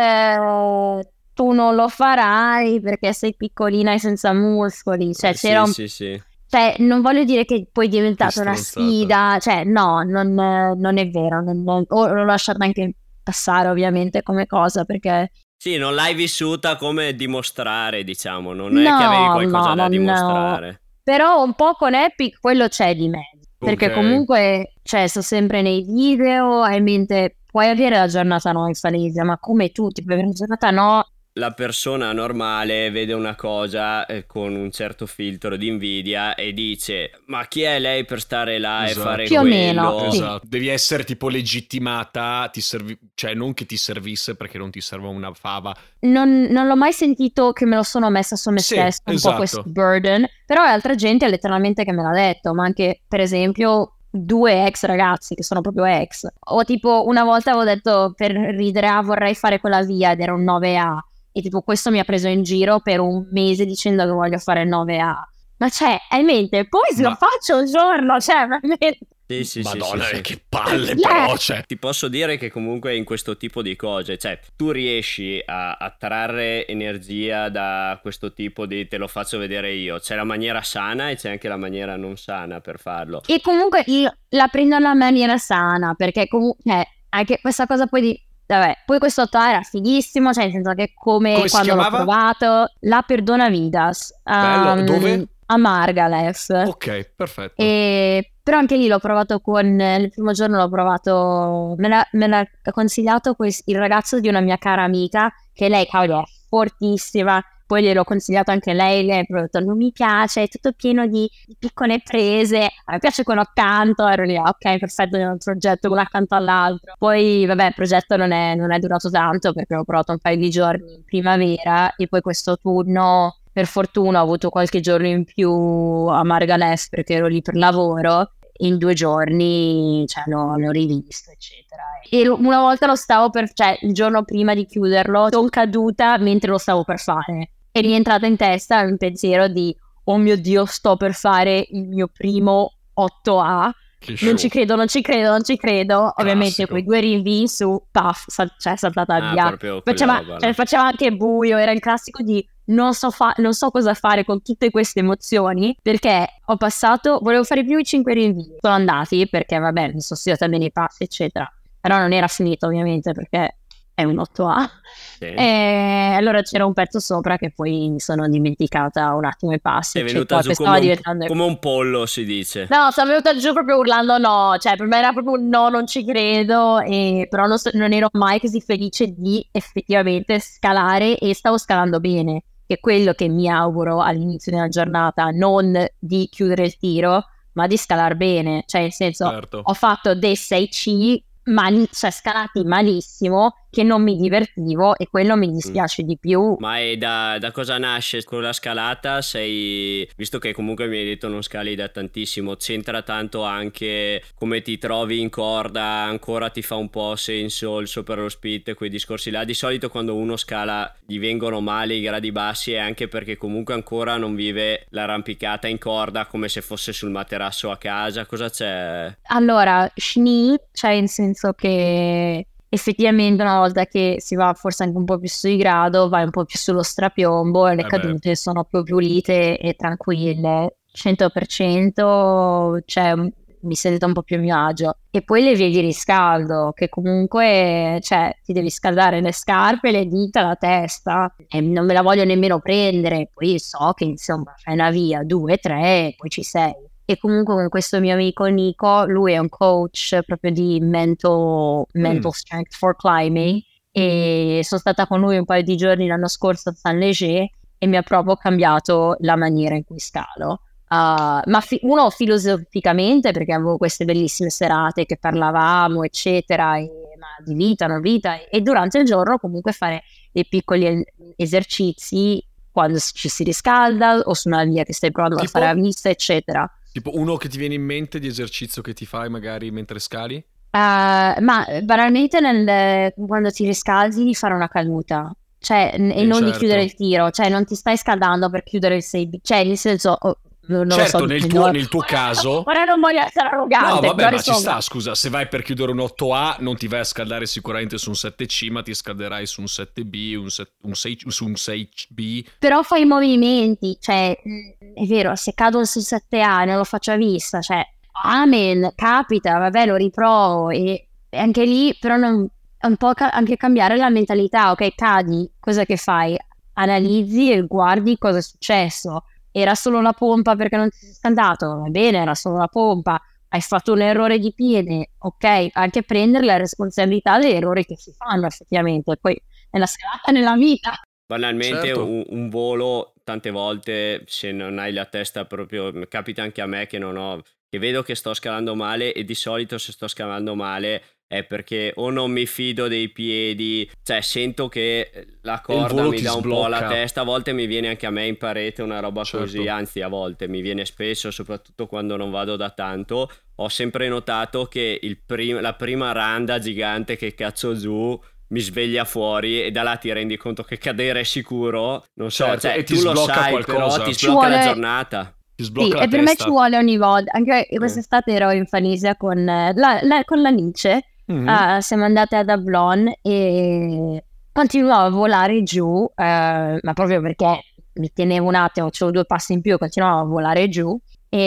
del tu non lo farai perché sei piccolina e senza muscoli, cioè c'era un Sì. cioè, non voglio dire che poi è diventata una stronzata. sfida, cioè no, non è vero, l'ho lasciata anche passare ovviamente come cosa perché Sì, non l'hai vissuta come dimostrare, diciamo, non è No, che avevi qualcosa no, da no. dimostrare. però un po' con Epic quello c'è di mezzo, perché Ok. comunque, cioè, sto sempre nei video, hai in mente, puoi avere la giornata no in Falesia, ma come tutti, puoi avere la giornata no, La persona normale vede una cosa con un certo filtro di invidia e dice: ma chi è lei per stare là Esatto. e fare Più o quello? meno, sì. Esatto. Devi essere tipo legittimata, cioè non che ti servisse perché non ti serve una fava. non l'ho mai sentito che me lo sono messa su me Sì, stesso, un esatto. po' questo burden, però è altra gente letteralmente che me l'ha detto, ma anche per esempio 2 ex ragazzi che sono proprio ex, o tipo una volta avevo detto per ridere vorrei fare quella via ed era un 9A e tipo questo mi ha preso in giro per un mese dicendo che voglio fare il 9A, ma cioè hai in mente poi se Ma- lo faccio un giorno, cioè veramente Sì, Madonna, sì. che palle Yeah. però, cioè. Ti posso dire che comunque in questo tipo di cose, cioè tu riesci a trarre energia da questo tipo di te lo faccio vedere io, c'è la maniera sana e c'è anche la maniera non sana per farlo. e comunque io la prendo alla maniera sana perché comunque anche questa cosa poi di vabbè, poi questo 8A era fighissimo, cioè nel senso che come si quando l'ho chiamava? provato la Perdona Vidas Bello, dove? a Margalef Ok, perfetto. però anche lì l'ho provato il primo giorno l'ho provato me l'ha consigliato il ragazzo di una mia cara amica che lei cavolo è fortissima, poi gliel'ho consigliato anche lei ha detto non mi piace, è tutto pieno di piccole prese, a me piace quello accanto, ero lì ok perfetto, il progetto uno accanto all'altro, poi vabbè il progetto non è durato tanto perché l'ho provato un paio di giorni in primavera e poi questo turno per fortuna ho avuto qualche giorno in più a Margalef perché ero lì per lavoro, in 2 giorni cioè, l'ho rivisto eccetera e una volta cioè il giorno prima di chiuderlo sono caduta mentre lo stavo per fare e mi è entrata in testa un pensiero di oh mio Dio sto per fare il mio primo 8A, Che non show. ci credo ovviamente Classico. quei 2 rinvii su puff cioè saltata via Proprio quella roba là. faceva anche buio, era il classico di non so cosa fare con tutte queste emozioni, perché volevo fare più i 5 rinvii, sono andati perché vabbè mi sono studiata bene i passi eccetera, però non era finito ovviamente perché è un 8A. Sì. E allora c'era un pezzo sopra che poi mi sono dimenticata un attimo i passi. È venuta giù come un pollo, si dice. No, sono venuta giù proprio urlando no, cioè per me era proprio un no, non ci credo, però non ero mai così felice di effettivamente scalare e stavo scalando bene, che è quello che mi auguro all'inizio della giornata, non di chiudere il tiro, ma di scalare bene, cioè nel senso Certo. ho fatto dei 6C cioè scalati malissimo, che non mi divertivo e quello mi dispiace di più. Ma è da cosa nasce con la scalata? Visto che comunque mi hai detto non scali da tantissimo, c'entra tanto anche come ti trovi in corda, ancora ti fa un po' senso il sopra lo split, quei discorsi là? Di solito quando uno scala gli vengono male i gradi bassi è anche perché comunque ancora non vive l'arrampicata in corda come se fosse sul materasso a casa. Cosa c'è? Allora, SNI, cioè in senso che effettivamente una volta che si va forse anche un po' più su di grado, vai un po' più sullo strapiombo e le cadute sono più pulite e tranquille, 100%, cioè mi sento un po' più a mio agio. E poi le vie di riscaldo, che comunque, cioè, ti devi scaldare le scarpe, le dita, la testa, e non me la voglio nemmeno prendere, poi so che insomma fai una via, 2, 3 e poi ci sei. E comunque con questo mio amico Nico, lui è un coach proprio di mental strength for climbing, e sono stata con lui un paio di giorni l'anno scorso a Saint-Léger e mi ha proprio cambiato la maniera in cui scalo. Ma uno filosoficamente, perché avevo queste bellissime serate che parlavamo eccetera, ma di vita, non vita, e durante il giorno comunque fare dei piccoli esercizi quando ci si riscalda o su una via che stai provando a fare a vista eccetera. Tipo uno che ti viene in mente di esercizio che ti fai magari mentre scali? Ma banalmente quando ti riscaldi di fare una caduta, cioè e non di chiudere il tiro, cioè non ti stai scaldando per chiudere il 6B, cioè nel senso non certo, lo so, nel tuo caso. Ora non voglio essere arrogante. No, vabbè, ma insomma, ci sta, scusa, se vai per chiudere un 8A non ti vai a scaldare sicuramente su un 7C, ma ti scalderai su un 7B, su un 6B. Però fai i movimenti, cioè è vero, se cado su 7A non lo faccio a vista, cioè amen, capita, vabbè, lo riprovo, e anche lì però è un po' anche cambiare la mentalità, ok, cadi, cosa che fai? Analizzi e guardi cosa è successo. Era solo la pompa perché non ti sei scaldato, va bene, era solo la pompa, hai fatto un errore di piede, ok, anche prendere la responsabilità degli errori che si fanno effettivamente, poi nella scalata, nella vita. Banalmente certo. un volo tante volte, se non hai la testa proprio, capita anche a me che vedo che sto scalando male, e di solito se sto scalando male è perché o non mi fido dei piedi, cioè sento che la corda mi dà un po' alla testa, a volte mi viene anche a me in parete una roba così, anzi a volte mi viene spesso, soprattutto quando non vado da tanto. Ho sempre notato che la prima randa gigante che cazzo giù mi sveglia fuori, e da là ti rendi conto che cadere è sicuro, non so, certo, cioè e ti tu lo sblocca sai, qualcosa. però ti sblocca la giornata. Sì, e per me ci vuole ogni volta. Anche quest'estate ero in Falesia con la Nice. Siamo andate ad Ablon e continuavo a volare giù, ma proprio perché mi tenevo un attimo, c'avevo 2 passi in più, continuavo a volare giù,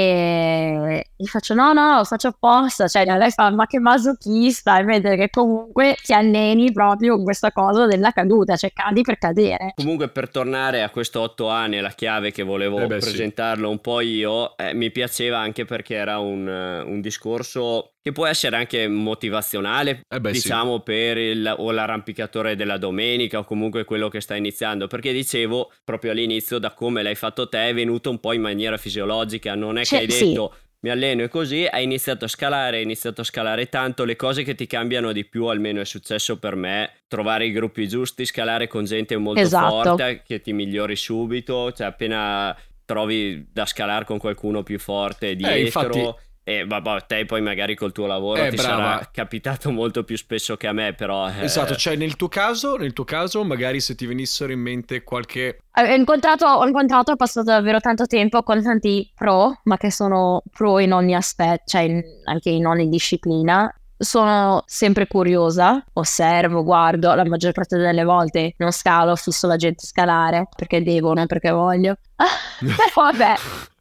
e gli faccio no, lo faccio apposta, cioè lei fa ma che masochista, e vede che comunque ti alleni proprio con questa cosa della caduta, cioè cadi per cadere. Comunque, per tornare a questo 8A nella chiave che volevo presentarlo un po' io, mi piaceva anche perché era un discorso che può essere anche motivazionale, diciamo, per o l'arrampicatore della domenica, o comunque quello che sta iniziando, perché dicevo proprio all'inizio, da come l'hai fatto te, è venuto un po' in maniera fisiologica, non è che hai detto mi alleno e così, hai iniziato a scalare tanto. Le cose che ti cambiano di più, almeno è successo per me, trovare i gruppi giusti, scalare con gente molto forte che ti migliori subito, cioè appena trovi da scalare con qualcuno più forte dietro. Infatti... E vabbè, te poi magari col tuo lavoro ti sarà capitato molto più spesso che a me, però esatto, cioè nel tuo caso magari se ti venissero in mente qualche... Ho incontrato, ho passato davvero tanto tempo con tanti pro, ma che sono pro in ogni aspetto, cioè anche in ogni disciplina, sono sempre curiosa, osservo, guardo, la maggior parte delle volte non scalo, fisso la gente scalare perché devo, non perché voglio. Però vabbè.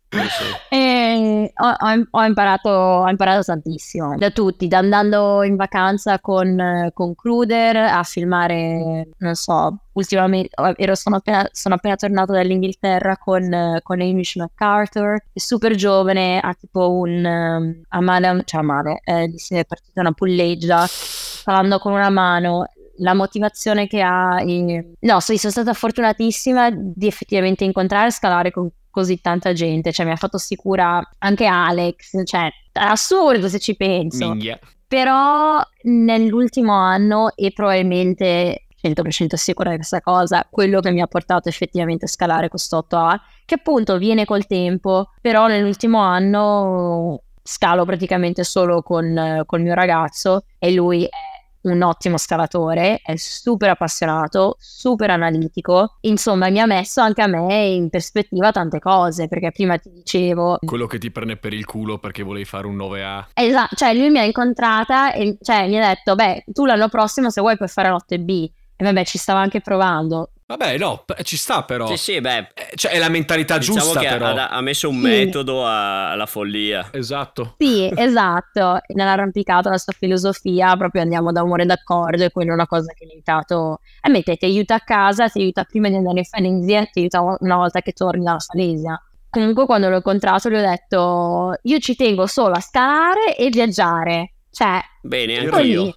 E ho imparato tantissimo da tutti, da andando in vacanza con Cruder a filmare, non so, ultimamente sono appena tornato dall'Inghilterra con Hamish MacArthur, è super giovane, ha tipo a mano, gli si è partita una pulleggia, scalando con una mano. La motivazione che ha no, sono stata fortunatissima di effettivamente incontrare e scalare con così tanta gente, cioè mi ha fatto sicura anche Alex, cioè è assurdo se ci penso. Minchia. Però nell'ultimo anno, e probabilmente 100% sicura di questa cosa, quello che mi ha portato effettivamente a scalare questo 8A, che appunto viene col tempo, però nell'ultimo anno scalo praticamente solo col mio ragazzo e lui è un ottimo scalatore, è super appassionato, super analitico, insomma mi ha messo anche a me in perspettiva tante cose, perché prima ti dicevo quello che ti prende per il culo perché volevi fare un 9A. esatto, cioè lui mi ha incontrata e cioè, mi ha detto beh, tu l'anno prossimo se vuoi puoi fare l'8B, e vabbè ci stava anche provando. Vabbè, no, ci sta però. Sì, beh. Cioè, è la mentalità Diciamo giusta, che però. ha messo un metodo alla follia. Esatto. Sì, esatto. Nell'arrampicata la sua filosofia proprio andiamo da umore d'accordo, e quella è una cosa che mi ha aiutato. A me ti aiuta a casa, ti aiuta prima di andare in Falesia, ti aiuta una volta che torni dalla Falesia. Comunque quando l'ho incontrato gli ho detto io ci tengo solo a scalare e viaggiare. Cioè, bene, anche Poi- io.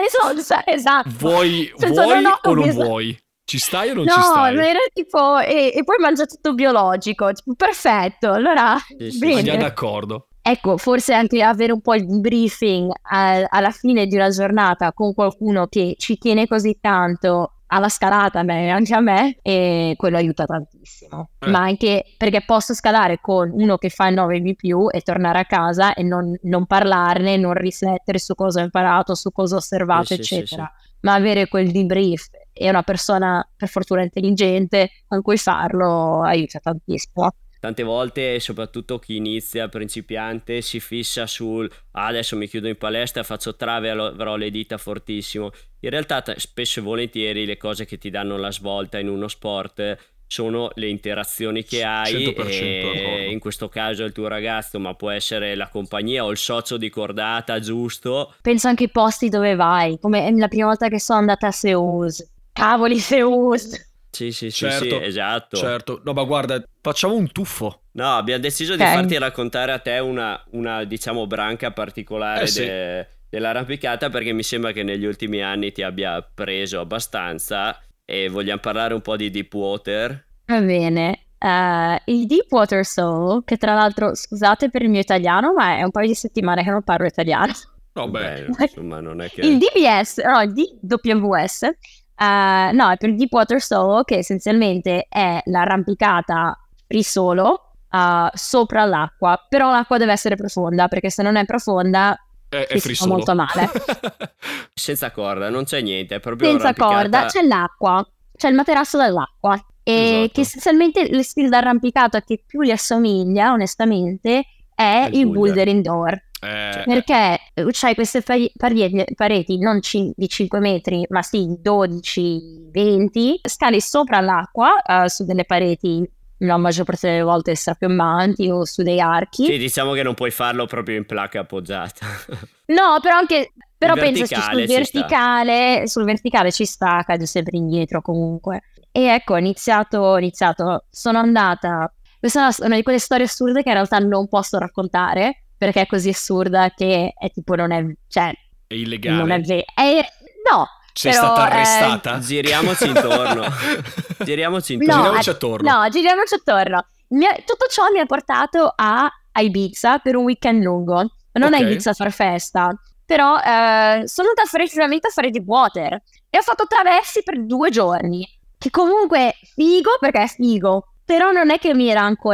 Esatto. Vuoi Senza, no, o non bisogno- vuoi? Ci stai o non No, ci stai? ma era tipo, e poi mangia tutto biologico, tipo, perfetto, allora, Sì, bene. Andiamo d'accordo. Ecco, forse anche avere un po' il debriefing alla fine di una giornata con qualcuno che ci tiene così tanto alla scalata, beh, anche a me, e quello aiuta tantissimo. Ma anche perché posso scalare con uno che fa il 9B+, e tornare a casa e non parlarne, non riflettere su cosa ho imparato, su cosa ho osservato, Sì, sì, eccetera. Ma avere quel debrief e una persona per fortuna intelligente con cui farlo aiuta tantissimo. Tante volte, soprattutto chi inizia, principiante, si fissa sul adesso mi chiudo in palestra, faccio trave, avrò le dita fortissimo. In realtà spesso e volentieri le cose che ti danno la svolta in uno sport sono le interazioni che hai, 100% e d'accordo. in questo caso il tuo ragazzo, ma può essere la compagnia o il socio di cordata giusto. Penso anche ai posti dove vai, come la prima volta che sono andata a Seul. Cavoli, Seul! Sì, Certo, esatto. Certo. No, ma guarda, facciamo un tuffo. No, abbiamo deciso di Ok. farti raccontare a te una diciamo branca particolare Sì. dell'arrampicata, perché mi sembra che negli ultimi anni ti abbia preso abbastanza, e vogliamo parlare un po' di Deepwater. Va bene. Il Deepwater Soul, che tra l'altro, scusate per il mio italiano, ma è un paio di settimane che non parlo italiano. Vabbè. Beh, insomma, non è che... Il DBS, no, il DWS, no, è per il Deepwater Soul, che essenzialmente è l'arrampicata free solo sopra l'acqua, però l'acqua deve essere profonda, perché se non è profonda È si free fa solo. molto male. Senza corda, non c'è niente, è proprio Senza arrampicata. corda, c'è l'acqua, c'è il materasso dell'acqua. E Esatto. che essenzialmente il stile d'arrampicata che più gli assomiglia, onestamente, è il il boulder. boulder indoor. Perché c'hai queste pareti non di 5 metri, ma sì 12, 20, scali sopra l'acqua su delle pareti la maggior parte delle volte strapiombanti o su dei archi. Sì, diciamo che non puoi farlo proprio in placca appoggiata. No, però Il pensaci verticale sul verticale ci sta, cado sempre indietro comunque. E ecco, ho iniziato, sono andata, questa è una di quelle storie assurde che in realtà non posso raccontare, perché è così assurda che è tipo non è, cioè, È illegale. non è vero. No, Sei però, stata arrestata? Giriamoci intorno. Giriamoci intorno. Giriamoci attorno. No, giriamoci attorno. Tutto ciò mi ha portato a Ibiza per un weekend lungo. Non a Ok. Ibiza a far festa, però sono andata finalmente a fare Deepwater e ho fatto traversi per 2 giorni, che comunque figo perché è figo, però non è che non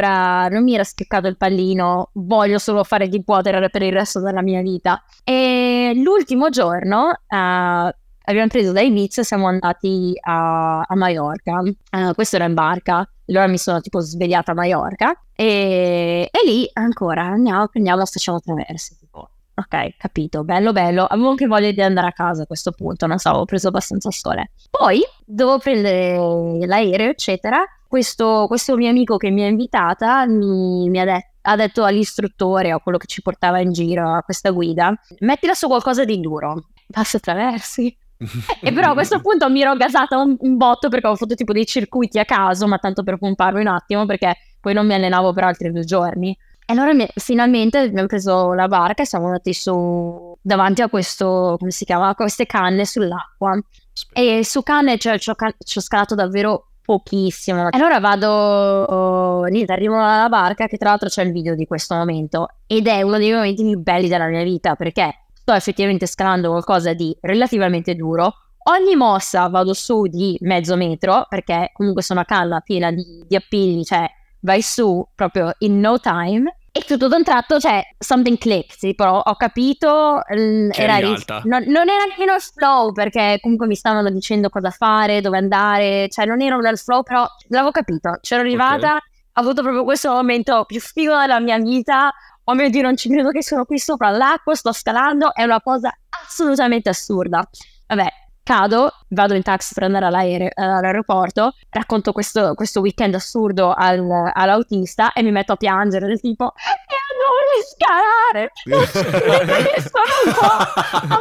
mi era schiccato il pallino, voglio solo fare Deepwater per il resto della mia vita. E l'ultimo giorno abbiamo preso da Ibiza e siamo andati a Maiorca. Questo era in barca, allora mi sono tipo svegliata a Maiorca e lì ancora prendiamo, facciamo traverse tipo Ok, capito, bello bello. Avevo anche voglia di andare a casa a questo punto, non so, avevo preso abbastanza sole. Poi, dovevo prendere l'aereo, eccetera, questo mio amico che mi ha invitata ha detto all'istruttore o quello che ci portava in giro a questa guida, mettila su qualcosa di duro, passa attraversi. E però a questo punto mi ero gasata un botto perché avevo fatto tipo dei circuiti a caso, ma tanto per pomparmi un attimo perché poi non mi allenavo per altri 2 giorni. E allora finalmente abbiamo preso la barca e siamo andati su davanti a questo, come si chiama, queste canne sull'acqua. E su canne ci ho scalato davvero pochissimo. E allora arrivo alla barca, che tra l'altro c'è il video di questo momento ed è uno dei momenti più belli della mia vita perché sto effettivamente scalando qualcosa di relativamente duro. Ogni mossa vado su di mezzo metro perché comunque sono a canna piena di appigli, cioè vai su proprio in no time. E tutto d'un tratto, cioè, something clicked, tipo, ho capito, non era nemmeno il flow, perché comunque mi stavano dicendo cosa fare, dove andare, cioè non ero nel flow, però l'avevo capito, c'ero arrivata, ho avuto proprio questo momento più figo della mia vita, oh mio Dio, non ci credo che sono qui sopra l'acqua, sto scalando, è una cosa assolutamente assurda. Vabbè, cado, vado in taxi per andare all'aeroporto, racconto questo weekend assurdo all'autista e mi metto a piangere del tipo devo riscalare sono un po'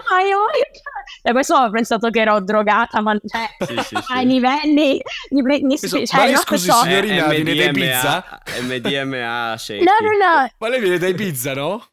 e questo ho pensato che ero drogata, ma cioè, ai livelli di Britney Spears, cioè, scusi signorina, viene da Ibiza? MDMA shaky. No. Ma lei viene da Ibiza, no?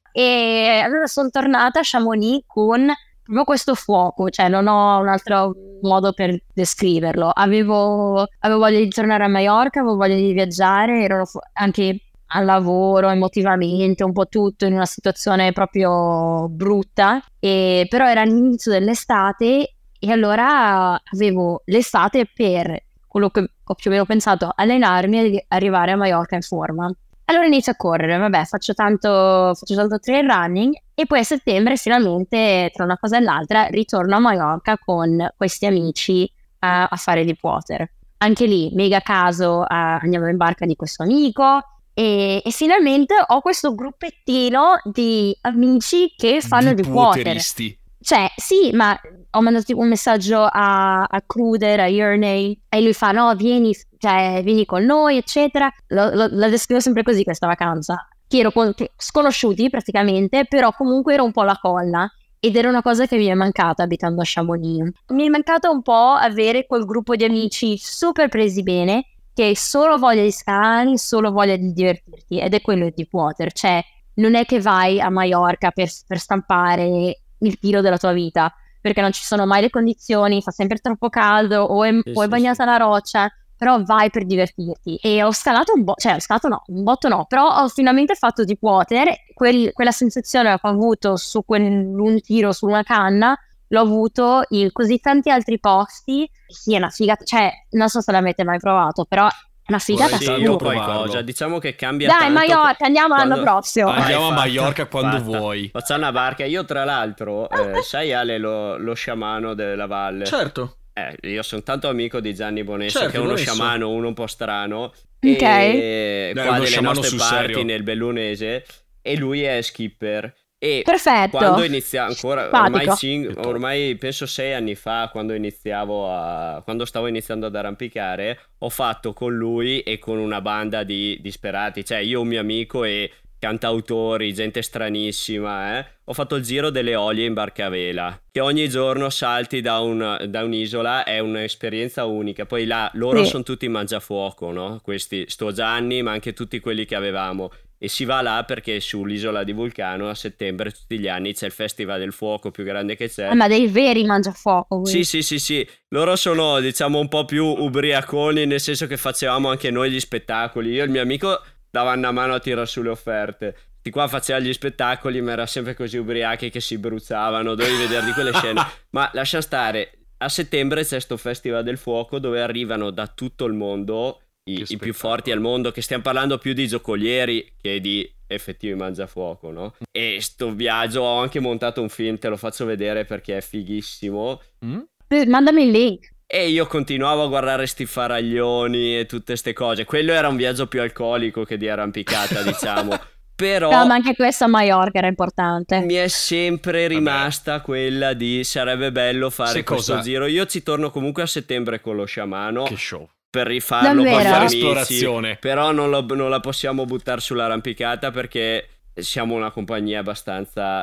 E allora sono tornata a Chamonix con proprio questo fuoco, cioè non ho un altro modo per descriverlo. Avevo voglia di tornare a Maiorca, avevo voglia di viaggiare, ero anche al lavoro, emotivamente, un po' tutto in una situazione proprio brutta, però era l'inizio dell'estate e allora avevo l'estate per quello che ho più o meno pensato, allenarmi e arrivare a Maiorca in forma. Allora inizio a correre, vabbè, faccio tanto trail running e poi a settembre finalmente, tra una cosa e l'altra, ritorno a Maiorca con questi amici a fare deep water. Anche lì, mega caso, andiamo in barca di questo amico e finalmente ho questo gruppettino di amici che fanno deep water. Cioè, sì, ma ho mandato un messaggio a Cruder, a Yearney, e lui fa, no, vieni con noi, eccetera. La descrivo sempre così questa vacanza, che ero sconosciuti praticamente, però comunque ero un po' la colla. Ed era una cosa che mi è mancata abitando a Chamonix. Mi è mancato un po' avere quel gruppo di amici super presi bene, che hai solo voglia di scalare, solo voglia di divertirti, ed è quello il deep water. Cioè, non è che vai a Maiorca per stampare il tiro della tua vita, perché non ci sono mai le condizioni, fa sempre troppo caldo o è bagnata la roccia, però vai per divertirti. E ho scalato un botto no, però ho finalmente fatto deep water, quella sensazione che ho avuto su un tiro su una canna l'ho avuto in così tanti altri posti. Sì, è una figata, cioè non so se l'avete mai provato, però una figata qualcosa, diciamo che cambia dai, tanto. Maiorca, andiamo l'anno prossimo. Andiamo a Maiorca quando vuoi. Facciamo una barca. Io tra l'altro, sai Ale, lo sciamano della valle? Certo. Io sono tanto amico di Gianni Bonesso, certo, che è uno sciamano, uno un po' strano. Ok. E qua delle sciamano nostre sul parti serio. Nel Bellunese. E lui è skipper. E perfetto. Quando inizia ancora, ormai penso 6 anni fa, quando stavo iniziando ad arrampicare, ho fatto con lui e con una banda di disperati, cioè io, un mio amico e cantautori, gente stranissima, ho fatto il giro delle Olie in barca a vela, che ogni giorno salti da un'isola, è un'esperienza unica. Poi là loro sono tutti mangiafuoco, no? Sto Gianni, ma anche tutti quelli che avevamo. E si va là perché sull'isola di Vulcano a settembre tutti gli anni c'è il festival del fuoco più grande che c'è. Ma dei veri mangiafuoco. Sì. Loro sono, diciamo, un po' più ubriaconi, nel senso che facevamo anche noi gli spettacoli. Io e il mio amico davano una mano a tirare sulle offerte. Di qua faceva gli spettacoli, ma era sempre così ubriachi che si bruciavano. Dovevi vederdi quelle scene. Ma lascia stare, a settembre c'è sto festival del fuoco dove arrivano da tutto il mondo i più forti al mondo, che stiamo parlando più di giocolieri che di effettivi mangiafuoco, no? E sto viaggio, ho anche montato un film, te lo faccio vedere perché è fighissimo. Mandami il link. E io continuavo a guardare sti faraglioni e tutte ste cose. Quello era un viaggio più alcolico che di arrampicata, diciamo. Però No, ma anche questa a Maiorca era importante. mi è sempre rimasta quella di sarebbe bello fare Sai questo cosa? giro. Io ci torno comunque a settembre con lo sciamano Che show. per rifarlo con gli Davvero? amici, Esplorazione. però non la possiamo buttare sull'arrampicata perché siamo una compagnia abbastanza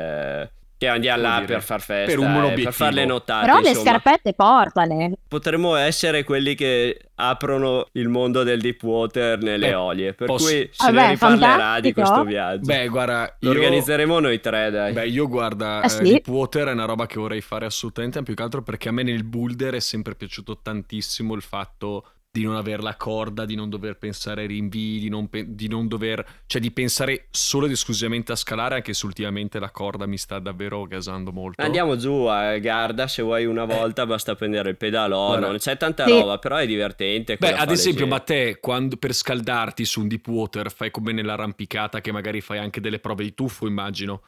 che andiamo là Come dire, per far festa, per un per obiettivo. fare le nottate, Però le insomma. scarpette portale. Potremmo essere quelli che aprono il mondo del deep water nelle Beh, olie, per posso- cui se ne Vabbè, riparlerà di fantastico. questo viaggio. Beh, guarda, Lo organizzeremo noi tre, dai. Beh, io guarda, Ah, sì? Deepwater è una roba che vorrei fare assolutamente, più che altro perché a me nel boulder è sempre piaciuto tantissimo il fatto di non avere la corda, di non dover pensare ai rinvii, di non dover, cioè di pensare solo ed esclusivamente a scalare, anche se ultimamente la corda mi sta davvero gasando molto. Andiamo giù a Garda, se vuoi una volta basta prendere il pedalò, Guarda. non c'è tanta Sì. roba, però è divertente. Beh, quella ad fa esempio, ma leggero. te quando per scaldarti su un Deepwater fai come nell'arrampicata che magari fai anche delle prove di tuffo, immagino.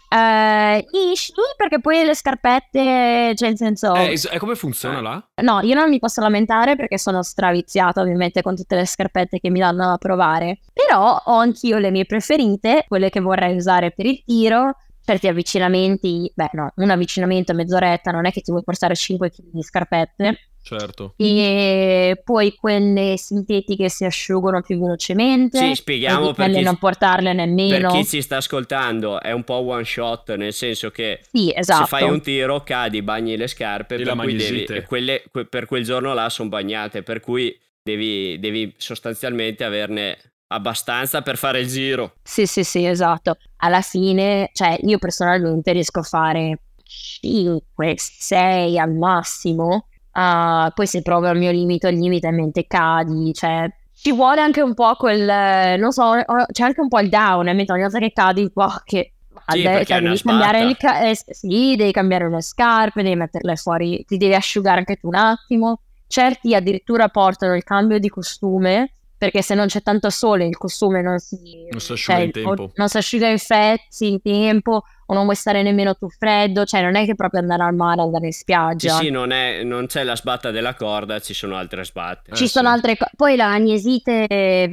Sì, perché poi le scarpette, cioè nel senso... Come funziona là? No, io non mi posso lamentare perché sono straviziata ovviamente con tutte le scarpette che mi danno da provare. Però ho anch'io le mie preferite, quelle che vorrei usare per il tiro. Certi avvicinamenti, beh no, un avvicinamento a mezz'oretta non è che ti vuoi portare 5 kg di scarpette. Certo. E poi quelle sintetiche si asciugano più velocemente. Sì, spieghiamo è meglio perché- non portarle Per nemmeno. chi ci sta ascoltando è un po' one shot, nel senso che Sì, esatto. se fai un tiro cadi, bagni le scarpe, E per la cui devi, magnesite. e quelle per quel giorno là sono bagnate, per cui devi sostanzialmente averne abbastanza per fare il giro. Sì, esatto. Alla fine, cioè, io personalmente riesco a fare 5, 6 al massimo. Poi se provo il mio limite, il limite è mente cadi, cioè ci vuole anche un po' quel, non so, c'è anche un po' il down, mentre ogni volta che cadi un po' che Sì, perché cioè, è una devi cambiare sbatta. sì, devi cambiare le scarpe, devi metterle fuori, ti devi asciugare anche tu un attimo. Certi addirittura portano il cambio di costume, perché se non c'è tanto sole il costume non si asciuga in o tempo. non si asciuga in tempo, o non vuoi stare nemmeno tu freddo, cioè non è che proprio andare al mare, andare in Sì, spiaggia. sì, non c'è la sbatta della corda, ci sono altre sbatte. Ci sono sì. altre cose. Poi la magnesite,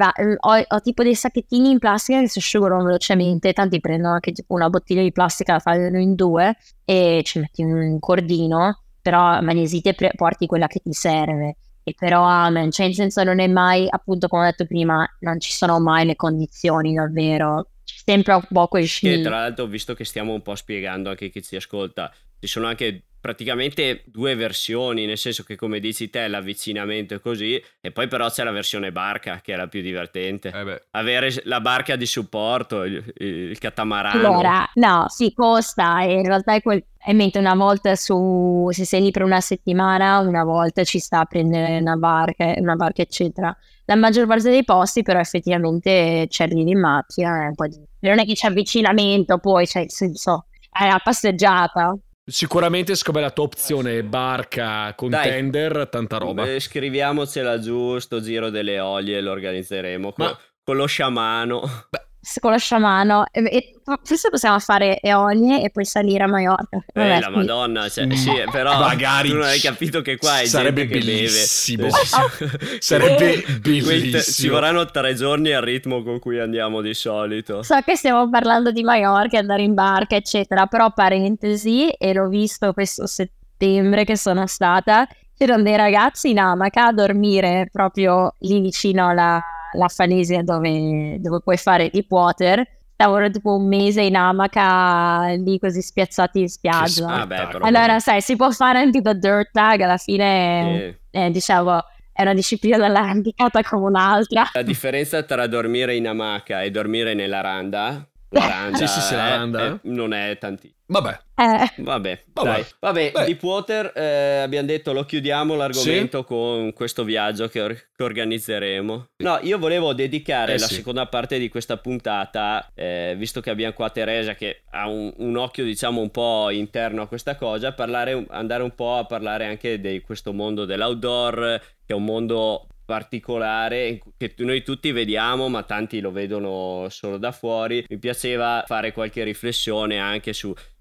ho tipo dei sacchettini in plastica che si asciugano velocemente. Tanti prendono anche tipo una bottiglia di plastica, la tagliano in due e ci metti un cordino. Però magnesite porti quella che ti serve. E però amen, cioè in senso non è mai, appunto come ho detto prima, non ci sono mai le condizioni davvero. C'è sempre un po' quel Che sci. tra l'altro, visto che stiamo un po' spiegando anche chi ci ascolta, ci sono anche praticamente due versioni, nel senso che come dici te l'avvicinamento è così, e poi però c'è la versione barca che è la più divertente. Beh. Avere la barca di supporto, il catamarano. Allora, no, sì, costa e in realtà è mentre una volta se sei lì per una settimana, una volta ci sta a prendere una barca eccetera. La maggior parte dei posti però effettivamente ci arrivi in macchina, è un po' non è che c'è avvicinamento, poi c'è il senso, è una passeggiata. Sicuramente, siccome la tua opzione è barca, contender, tanta roba. Scriviamocela giù, sto giro delle olie, lo organizzeremo Ma- con lo sciamano. Con lo sciamano e forse possiamo fare eolie e poi salire a Maiorca. Vabbè, La sì. Madonna, cioè, sì, però Magari tu non hai capito che qua è sarebbe gente che bellissimo. beve. Sarebbe Ci bellissimo. vorranno 3 giorni al ritmo con cui andiamo di solito. So che stiamo parlando di Maiorca, andare in barca, eccetera, però parentesi, e l'ho visto questo settembre che sono stata, c'erano dei ragazzi in amaca a dormire proprio lì vicino alla Falesia dove puoi fare Deepwater. Stavano tipo un mese in amaca lì così spiazzati in spiaggia. Vabbè, però Allora, sai, si può fare anche da dirt tag, alla fine, diciamo, è una disciplina dell'arrampicata come un'altra. la differenza tra dormire in amaca e dormire nella randa, la randa, Sì, la randa. non è tantissimo. Vabbè. Vabbè, Vabbè. dai. Beh. Deepwater, abbiamo detto, lo chiudiamo l'argomento con questo viaggio che organizzeremo. No, io volevo dedicare la sì. seconda parte di questa puntata, visto che abbiamo qua Teresa che ha un occhio diciamo un po' interno a questa cosa, andare un po' a parlare anche di questo mondo dell'outdoor, che è un mondo particolare che noi tutti vediamo ma tanti lo vedono solo da fuori. Mi piaceva fare qualche riflessione anche su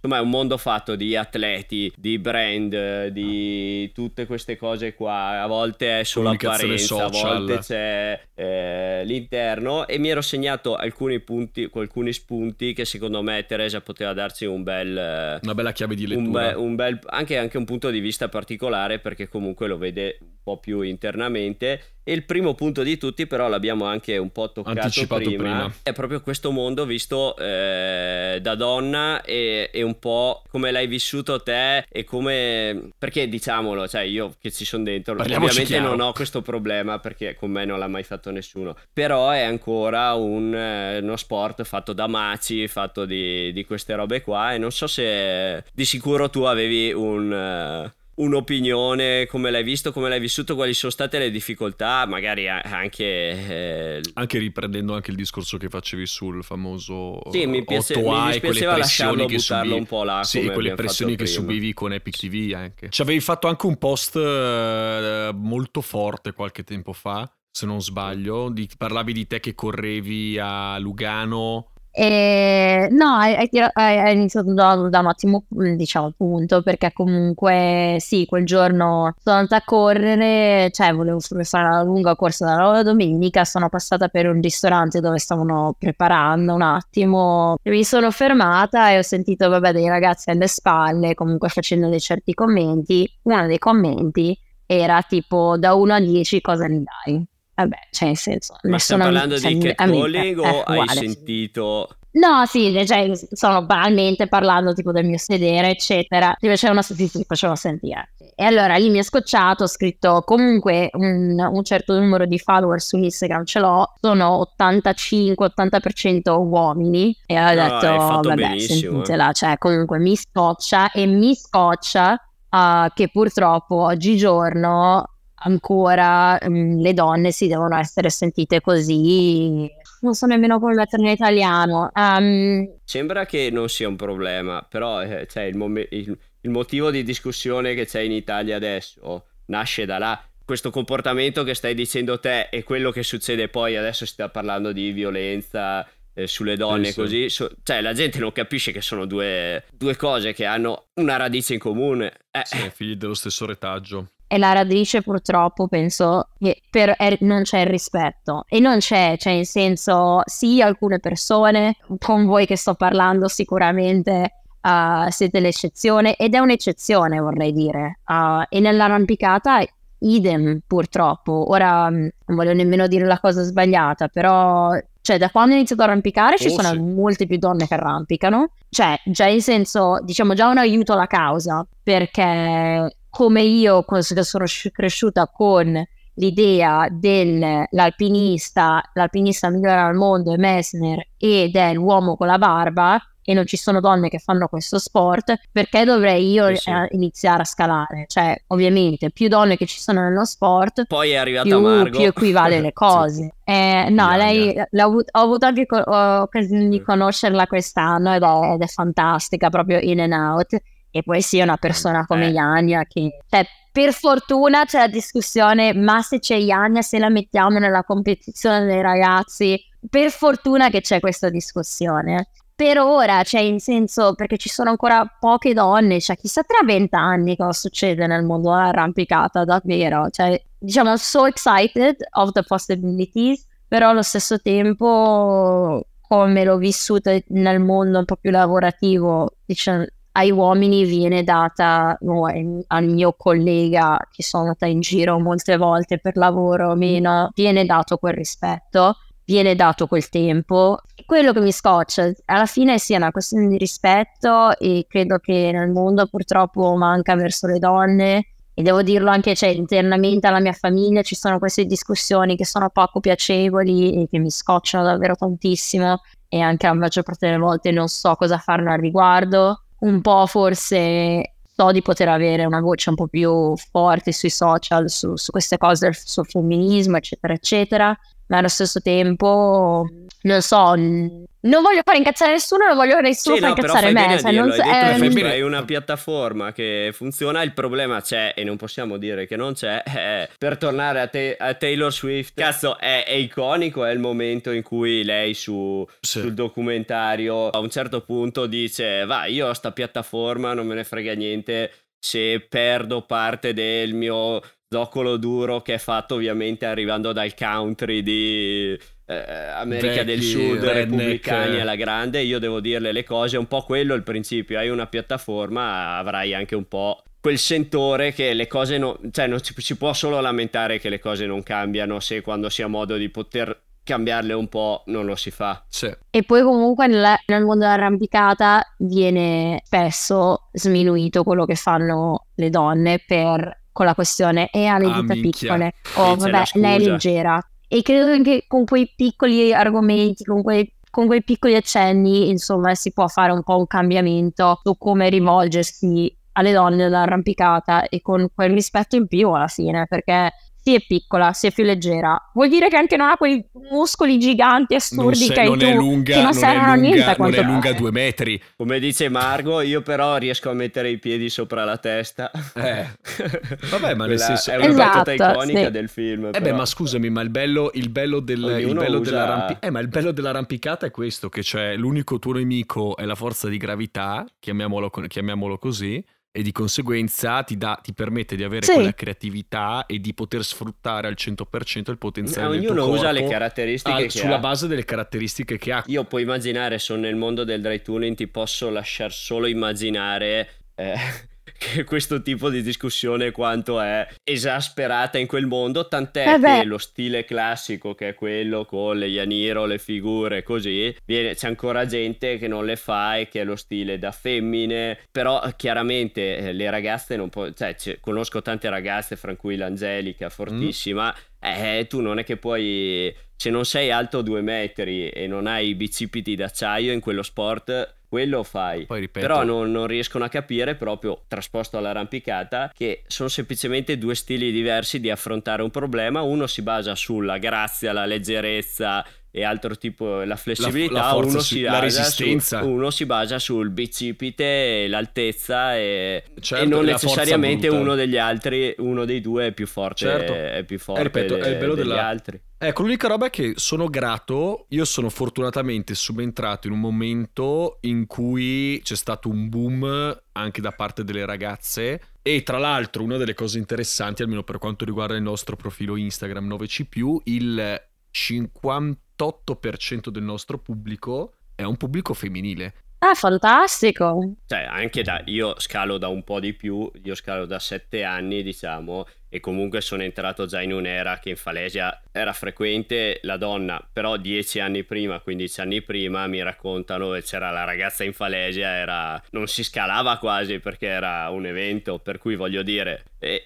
insomma è un mondo fatto di atleti, di brand, di tutte queste cose qua. A volte è solo apparenza, a volte c'è l'interno, e mi ero segnato alcuni spunti che secondo me Teresa poteva darci una bella chiave di lettura, anche un punto di vista particolare, perché comunque lo vede un po' più internamente. E il primo punto di tutti, però l'abbiamo anche un po' toccato anticipato prima, è proprio questo mondo visto da donna, e un po' come l'hai vissuto te, e come, perché diciamolo, cioè io che ci sono dentro, parliamoci ovviamente chiaro, non ho questo problema perché con me non l'ha mai fatto nessuno, però è ancora uno sport fatto da maci, fatto di queste robe qua, e non so se di sicuro tu avevi un'opinione, come l'hai visto, come l'hai vissuto, quali sono state le difficoltà, magari anche riprendendo anche il discorso che facevi sul famoso mi 8A e quelle pressioni che buttarlo un po' là, sì, quelle pressioni che subivi con Epic TV anche. Ci avevi fatto anche un post molto forte qualche tempo fa, se non sbaglio, parlavi di te che correvi a Lugano. No, hai iniziato da un ottimo, diciamo, punto, perché comunque sì, quel giorno sono andata a correre, cioè volevo fare una lunga corsa dalla domenica, sono passata per un ristorante dove stavano preparando un attimo, mi sono fermata e ho sentito, vabbè, dei ragazzi alle spalle, comunque facendo dei certi commenti. Uno dei commenti era tipo da 1 a 10 cosa ne dai? Vabbè, cioè in senso, ma stiamo parlando di catcalling o hai sentito? No, sì, cioè sono banalmente parlando tipo del mio sedere, eccetera. Ti facevo sentire. E allora lì mi è scocciato, ho scritto comunque un certo numero di follower su Instagram ce l'ho, sono 85-80% uomini, e ho detto vabbè, sentitela, cioè comunque mi scoccia che purtroppo oggigiorno ancora le donne si devono essere sentite così, non so nemmeno come metterlo in italiano. Sembra che non sia un problema, però cioè, il motivo di discussione che c'è in Italia adesso nasce da là. Questo comportamento che stai dicendo te e quello che succede poi, adesso si sta parlando di violenza sulle donne, così, cioè la gente non capisce che sono due cose che hanno una radice in comune. Sì, figli dello stesso retaggio. E la radice purtroppo penso che non c'è il rispetto, e non c'è, cioè in senso, sì, alcune persone, con voi che sto parlando sicuramente siete l'eccezione, ed è un'eccezione, vorrei dire, e nell'arrampicata idem purtroppo. Ora non voglio nemmeno dire la cosa sbagliata, però cioè da quando ho iniziato a arrampicare ci sono molte più donne che arrampicano, cioè già in senso, diciamo, già un aiuto alla causa, perché come io sono cresciuta con l'idea dell'alpinista migliore al mondo è Messner ed è l'uomo con la barba, e non ci sono donne che fanno questo sport, perché dovrei io iniziare a scalare? Cioè, ovviamente, più donne che ci sono nello sport, poi è arrivata Margot, più equivale le cose. Lei ho avuto anche occasione di conoscerla quest'anno ed è fantastica, proprio in and out. E poi sì, una persona come Janja che, cioè, per fortuna c'è la discussione, ma se c'è Janja, se la mettiamo nella competizione dei ragazzi, per fortuna che c'è questa discussione. Per ora, cioè in senso, perché ci sono ancora poche donne, cioè chissà tra 20 anni cosa succede nel mondo dell'arrampicata, davvero, cioè diciamo so excited of the possibilities, però allo stesso tempo, come l'ho vissuta nel mondo un po' più lavorativo, diciamo, ai uomini viene data, al mio collega che sono andata in giro molte volte per lavoro o meno, viene dato quel rispetto, viene dato quel tempo. Quello che mi scoccia alla fine sia una questione di rispetto, e credo che nel mondo purtroppo manca verso le donne, e devo dirlo anche, cioè, internamente alla mia famiglia ci sono queste discussioni che sono poco piacevoli e che mi scocciano davvero tantissimo, e anche la maggior parte delle volte non so cosa farne al riguardo. Un po' forse so di poter avere una voce un po' più forte sui social su queste cose, sul femminismo, eccetera eccetera, ma allo stesso tempo non so, non non voglio fare incazzare nessuno, non voglio che nessuno Sì, fa no, però incazzare fai bene me. a Cioè, dirlo, non hai detto fai giusto, bene. è una piattaforma che funziona, il problema c'è e non possiamo dire che non c'è. Per tornare a Taylor Swift, cazzo, è iconico, è il momento in cui lei sul documentario a un certo punto dice: va, io ho sta piattaforma, non me ne frega niente se perdo parte del mio zoccolo duro, che è fatto ovviamente arrivando dal country di America del Vecchi, Sud, redneck. repubblicani alla grande. Io devo dirle le cose, un po' quello è il principio: hai una piattaforma, avrai anche un po' quel sentore che le cose non si può solo lamentare che le cose non cambiano, se quando si ha modo di poter cambiarle un po' non lo si fa. Sì. E poi comunque nel mondo dell'arrampicata viene spesso sminuito quello che fanno le donne con la questione ha le dita minchia. piccole, Lì c'è la lei è scusa. leggera. E credo che con quei piccoli argomenti, con quei piccoli accenni, insomma, si può fare un po' un cambiamento su come rivolgersi alle donne dell'arrampicata, e con quel rispetto in più alla fine, perché si è piccola, si è più leggera, vuol dire che anche non ha quei muscoli giganti assurdi che hai non tu, è lunga, che non servono a niente a non quanto è lunga pare. 2 metri. Come dice Margo, io però riesco a mettere i piedi sopra la testa. Vabbè, ma nel senso è una battuta Esatto, iconica sì. del film. beh, ma scusami, ma il bello Ognuno usa- ma il bello dell'arrampicata è questo, che c'è l'unico tuo nemico è la forza di gravità, chiamiamolo così, e di conseguenza ti permette di avere Sì. quella creatività e di poter sfruttare al 100% il potenziale del tuo Ognuno usa le corpo caratteristiche che sulla ha. base delle caratteristiche che ha. Io puoi immaginare, sono nel mondo del dry tuning, ti posso lasciar solo immaginare che questo tipo di discussione quanto è esasperata in quel mondo, tant'è che lo stile classico, che è quello con le Yaniro, le figure così, c'è ancora gente che non le fa, e che è lo stile da femmine. Però chiaramente le ragazze non conosco tante ragazze, fra cui l'Angelica, fortissima. Tu non è che puoi, se non sei alto 2 metri e non hai i bicipiti d'acciaio in quello sport, quello fai. Poi ripeto, però non riescono a capire, proprio trasposto all'arrampicata, che sono semplicemente 2 stili diversi di affrontare un problema. Uno si basa sulla grazia, la leggerezza e altro tipo, la flessibilità, la forza, uno si la basa resistenza. uno si basa sul bicipite, l'altezza e Certo, non la forza necessariamente bruta. uno degli altri, uno dei due è più forte, Certo. è più forte Ripeto, è il bello degli della... altri. Ecco, l'unica roba è che sono grato, io sono fortunatamente subentrato in un momento in cui c'è stato un boom anche da parte delle ragazze, e tra l'altro una delle cose interessanti, almeno per quanto riguarda il nostro profilo Instagram 9C+, il 58% del nostro pubblico è un pubblico femminile. Ah, fantastico. Cioè, anche io scalo da un po' di più, io scalo da 7 anni, diciamo, e comunque sono entrato già in un'era che in Falesia era frequente la donna, però 10 anni prima, 15 anni prima, mi raccontano, e c'era la ragazza in Falesia, non si scalava quasi perché era un evento, per cui voglio dire,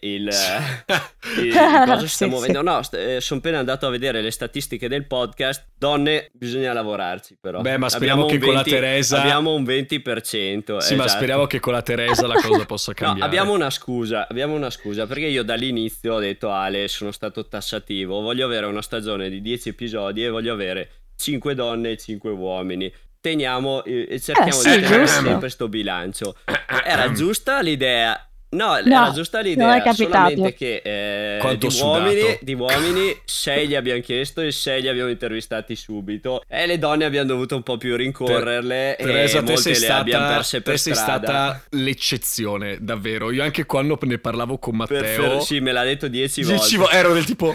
cosa si sta muovendo? No, sono appena andato a vedere le statistiche del podcast. Donne, bisogna lavorarci però. Beh, ma speriamo che con la Teresa abbiamo un 20%. Sì, ma speriamo che con la Teresa la cosa possa cambiare. No, abbiamo una scusa, perché io dall'inizio ho detto: Ale, sono stato tassativo, voglio avere una stagione di 10 episodi e voglio avere 5 donne e 5 uomini. Teniamo e cerchiamo di tenere sempre sto bilancio. Era giusta l'idea. No, era giusta l'idea, non è capitato. solamente che di uomini 6 gli abbiamo chiesto e 6 li abbiamo intervistati subito, e le donne abbiamo dovuto un po' più rincorrerle, Teresa, e molte le abbiamo perse per strada. Sei stata l'eccezione, davvero. Io anche quando ne parlavo con Matteo sì, me l'ha detto 10 volte. Ero del tipo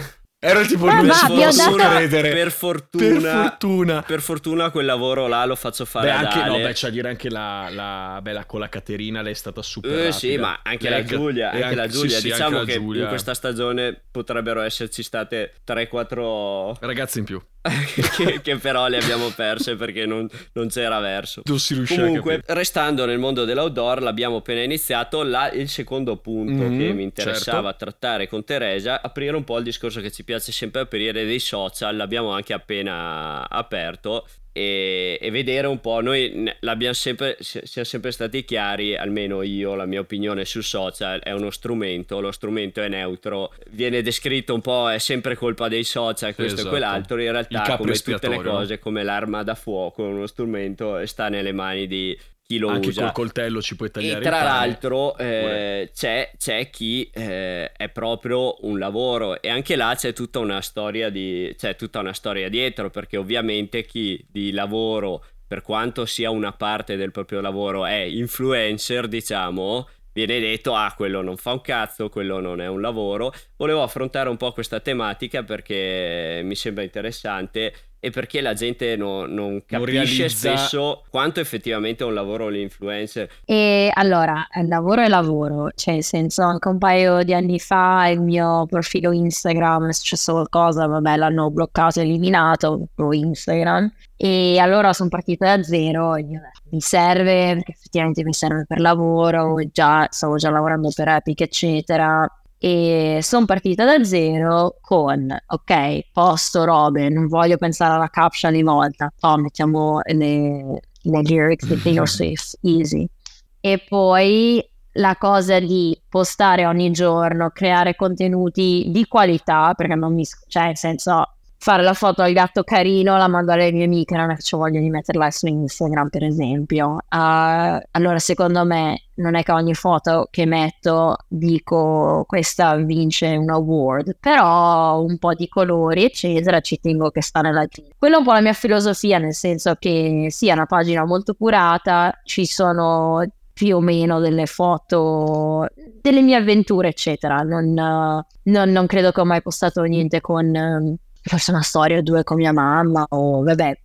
per fortuna quel lavoro là lo faccio fare ad Ale. C'è a dire anche con la Caterina, lei è stata super rapida. Sì, ma anche la Giulia, sì, diciamo anche che la Giulia. in questa stagione potrebbero esserci state 3-4 ragazze in più che però le abbiamo perse perché non c'era verso. Non si riusciva. Comunque, restando nel mondo dell'outdoor, l'abbiamo appena iniziato. Il secondo punto che mi interessava trattare con Teresa, aprire un po' il discorso che ci piace sempre aprire, dei social. L'abbiamo anche appena aperto. e vedere un po'. Noi l'abbiamo sempre, siamo sempre stati chiari, almeno io, la mia opinione sul social: è uno strumento, lo strumento è neutro, viene descritto un po', è sempre colpa dei social, questo Esatto. e quell'altro. In realtà, Il capro come tutte le espiatorio. cose, come l'arma da fuoco, uno strumento, sta nelle mani di chi lo Anche usa. col coltello ci puoi tagliare E il tra pane. l'altro Oppure- c'è chi è proprio un lavoro, e anche là c'è tutta una storia dietro, perché ovviamente chi di lavoro, per quanto sia una parte del proprio lavoro, è influencer, diciamo, viene detto: ah, quello non fa un cazzo, quello non è un lavoro. Volevo affrontare un po' questa tematica perché mi sembra interessante, e perché la gente non capisce realizza- spesso quanto effettivamente è un lavoro l'influencer. E allora, il lavoro è lavoro, cioè nel senso, anche un paio di anni fa il mio profilo Instagram è successo qualcosa, vabbè, l'hanno bloccato e eliminato su Instagram, e allora sono partita da zero e io, mi serve, perché effettivamente mi serve per lavoro, stavo già lavorando per Epic, eccetera. E sono partita da zero con, ok, posto robe, non voglio pensare alla caption ogni volta, mettiamo le lyrics di Taylor Swift, easy. E poi la cosa di postare ogni giorno, creare contenuti di qualità, perché non mi, cioè nel senso, fare la foto al gatto carino, la mando alle mie amiche, non è che c'ho voglia di metterla su Instagram, per esempio. Allora, secondo me, non è che ogni foto che metto dico questa vince un award, però un po' di colori, eccetera, ci tengo che sta nella vita. Quella è un po' la mia filosofia, nel senso che sia una pagina molto curata, ci sono più o meno delle foto delle mie avventure, eccetera. Non credo che ho mai postato niente con forse una storia o due con mia mamma, o vabbè.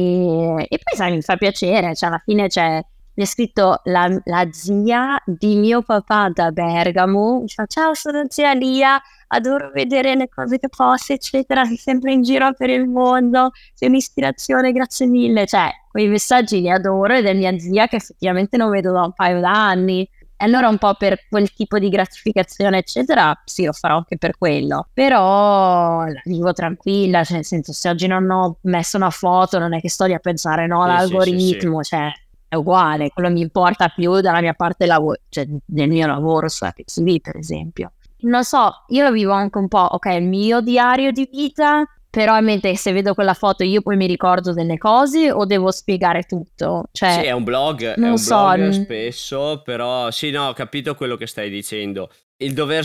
E poi sai, mi fa piacere, cioè alla fine mi ha scritto la zia di mio papà da Bergamo, mi fa: ciao, sono zia Lia, adoro vedere le cose che posti, eccetera, sei sempre in giro per il mondo, sei un'ispirazione, grazie mille. Cioè, quei messaggi li adoro, ed è mia zia che effettivamente non vedo da un paio d'anni. E allora un po' per quel tipo di gratificazione, eccetera, sì, lo farò anche per quello. Però la vivo tranquilla, cioè nel senso, se oggi non ho messo una foto, non è che sto lì a pensare, no, l'algoritmo, cioè è uguale, quello mi importa più dalla mia parte cioè del mio lavoro su Epic TV, per esempio. Non so, io lo vivo anche un po', ok, il mio diario di vita, però in mente se vedo quella foto io poi mi ricordo delle cose o devo spiegare tutto? Cioè, Sì, è un blog, non so, spesso, però sì, no, ho capito quello che stai dicendo. Il dover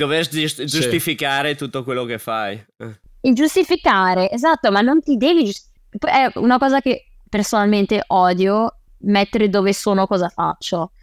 giustificare tutto quello che fai. il giustificare, esatto, ma non ti devi è una cosa che personalmente odio, mettere dove sono, cosa faccio.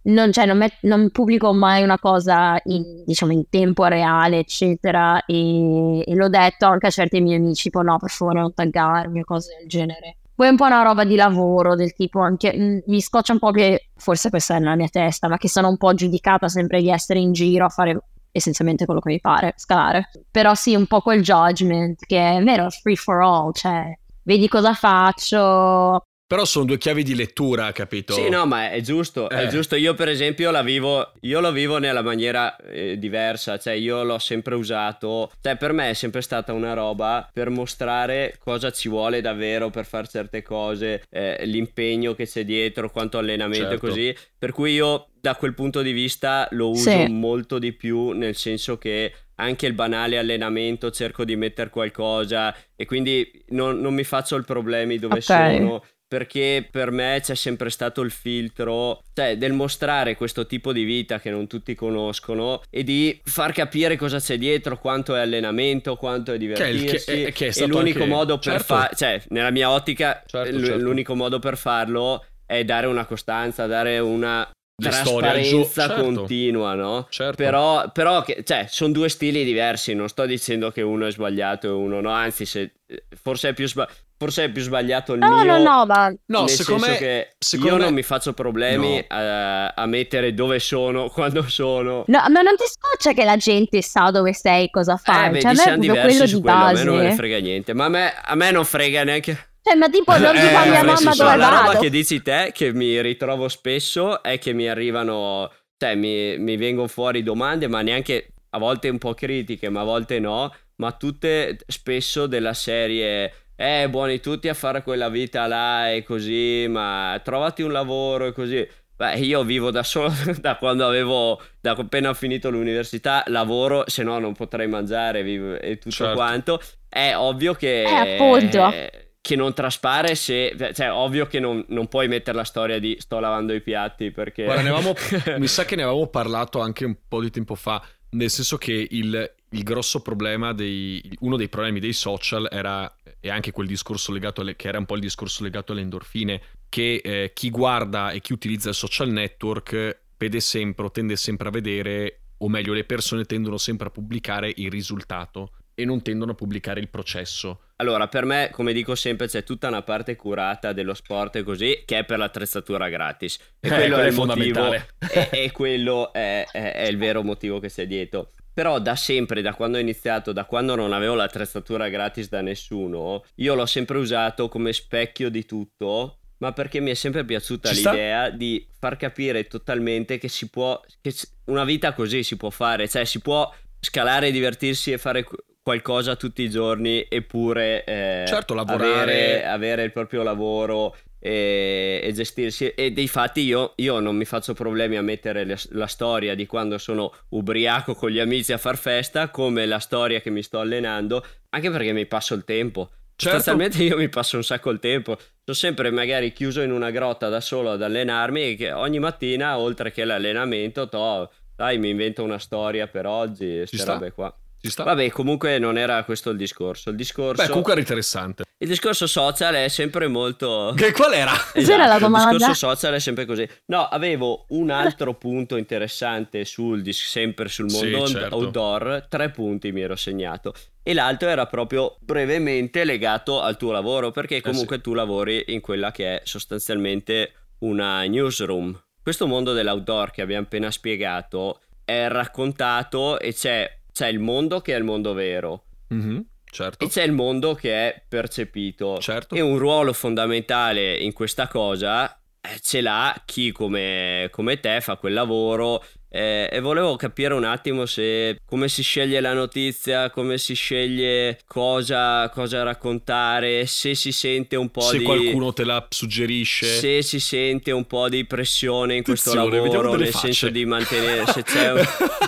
Non pubblico mai una cosa diciamo in tempo reale, eccetera, e l'ho detto anche a certi miei amici, tipo no, per favore non taggarmi o cose del genere. Poi è un po' una roba di lavoro, del tipo, anche mi scoccia un po' che, forse questa è nella mia testa, ma che sono un po' giudicata sempre di essere in giro a fare essenzialmente quello che mi pare, scalare. Però sì, un po' quel judgment che è vero, free for all, cioè vedi cosa faccio. Però sono due chiavi di lettura, capito? Sì, no, ma è giusto, è giusto. Io per esempio lo vivo nella maniera diversa, cioè io l'ho sempre usato, cioè per me è sempre stata una roba per mostrare cosa ci vuole davvero per fare certe cose, l'impegno che c'è dietro, quanto allenamento, certo. E così, per cui io da quel punto di vista lo uso molto di più, nel senso che anche il banale allenamento cerco di mettere qualcosa, e quindi non mi faccio i problemi dove sono, perché per me c'è sempre stato il filtro, cioè del mostrare questo tipo di vita che non tutti conoscono e di far capire cosa c'è dietro, quanto è allenamento, quanto è divertirsi, che è e stato l'unico anche... modo per certo. cioè nella mia ottica Certo. l'unico modo per farlo è dare una costanza, dare una Le trasparenza certo. continua, no? Certo. Però cioè, sono due stili diversi, non sto dicendo che uno è sbagliato e uno no, anzi forse è più sbagliato il mio. No, ma nel senso che io non mi faccio problemi a mettere dove sono, quando sono. No, ma non ti scoccia che la gente sa dove sei, cosa fai? Vedi, Cioè, a me è siamo proprio diversi quello su di quello, a me base. non me ne frega niente, ma a me non frega neanche. Cioè, ma tipo, non dico a mia Nel mamma senso, dove la roba vado. che dici te, che mi ritrovo spesso, è che mi arrivano, cioè mi vengono fuori domande, ma neanche, a volte un po' critiche, ma a volte no, ma tutte spesso della serie buoni tutti a fare quella vita là e così, ma trovati un lavoro e così. Beh, io vivo da solo da appena ho finito l'università, lavoro, se no non potrei mangiare e tutto Certo. quanto. È ovvio appunto. che non traspare cioè ovvio che non puoi mettere la storia di sto lavando i piatti perché... Guarda, mi sa che ne avevamo parlato anche un po' di tempo fa, nel senso che il grosso problema uno dei problemi dei social e anche quel discorso legato che era un po' il discorso legato alle endorfine, che chi guarda e chi utilizza il social network tende sempre a vedere, o meglio le persone tendono sempre a pubblicare il risultato e non tendono a pubblicare il processo. Allora, per me, come dico sempre, c'è tutta una parte curata dello sport e così, che è per l'attrezzatura gratis. E quello è il fondamentale. motivo, e quello è il vero motivo che c'è dietro. Però da sempre, da quando ho iniziato, da quando non avevo l'attrezzatura gratis da nessuno, io l'ho sempre usato come specchio di tutto, ma perché mi è sempre piaciuta l'idea di far capire totalmente che una vita così si può fare, cioè si può scalare, divertirsi e fare qualcosa tutti i giorni eppure certo, lavorare, avere il proprio lavoro e gestirsi. E dei fatti io non mi faccio problemi a mettere la storia di quando sono ubriaco con gli amici a far festa come la storia che mi sto allenando, anche perché mi passo il tempo. Certo. Sostanzialmente io mi passo un sacco il tempo, sono sempre magari chiuso in una grotta da solo ad allenarmi e che ogni mattina oltre che l'allenamento dai, mi invento una storia per oggi e queste robe qua. Ci sta. Vabbè, comunque non era questo il discorso. Beh, comunque era interessante. Il discorso social è sempre molto... Che qual era? Cos'era la domanda? Il discorso social è sempre così. No, avevo un altro punto interessante sempre sul mondo certo. outdoor. 3 punti mi ero segnato. E l'altro era proprio brevemente legato al tuo lavoro, perché comunque tu lavori in quella che è sostanzialmente una newsroom. Questo mondo dell'outdoor che abbiamo appena spiegato è raccontato e c'è il mondo che è il mondo vero, certo. e c'è il mondo che è percepito, certo. E un ruolo fondamentale in questa cosa ce l'ha chi come te fa quel lavoro, e volevo capire un attimo come si sceglie la notizia, come si sceglie cosa raccontare, se si sente un po' se qualcuno te la suggerisce, se si sente un po' di pressione in questo Attenzione, lavoro, nel facce. senso di mantenere, se c'è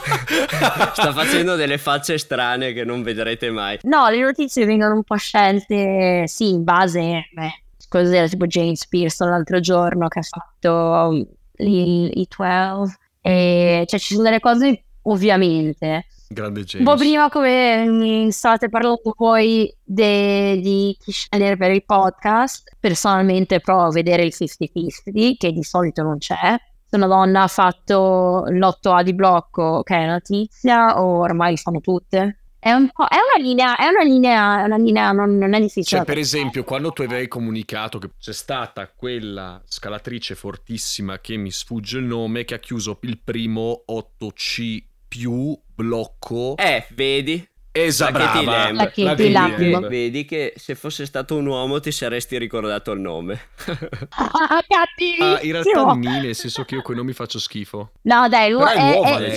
sta facendo delle facce strane che non vedrete mai. No, le notizie vengono un po' scelte, sì, in base, cos'era, tipo James Pearson l'altro giorno che ha fatto i 12, e cioè ci sono delle cose ovviamente. Grande James. Un po' prima, come state parlando voi di chi scegliere per il podcast, personalmente provo a vedere il 50-50, che di solito non c'è. Se una donna ha fatto l'8A di blocco, che è notizia, o ormai fanno tutte? È una linea, non è difficile. Cioè, per esempio, quando tu avevi comunicato che c'è stata quella scalatrice fortissima che mi sfugge il nome, che ha chiuso il primo 8C più blocco. Vedi? Brava. Vedi che se fosse stato un uomo ti saresti ricordato il nome. Cattivissimo. In realtà nel senso che io coi nomi faccio schifo. No dai, però è nuova lei.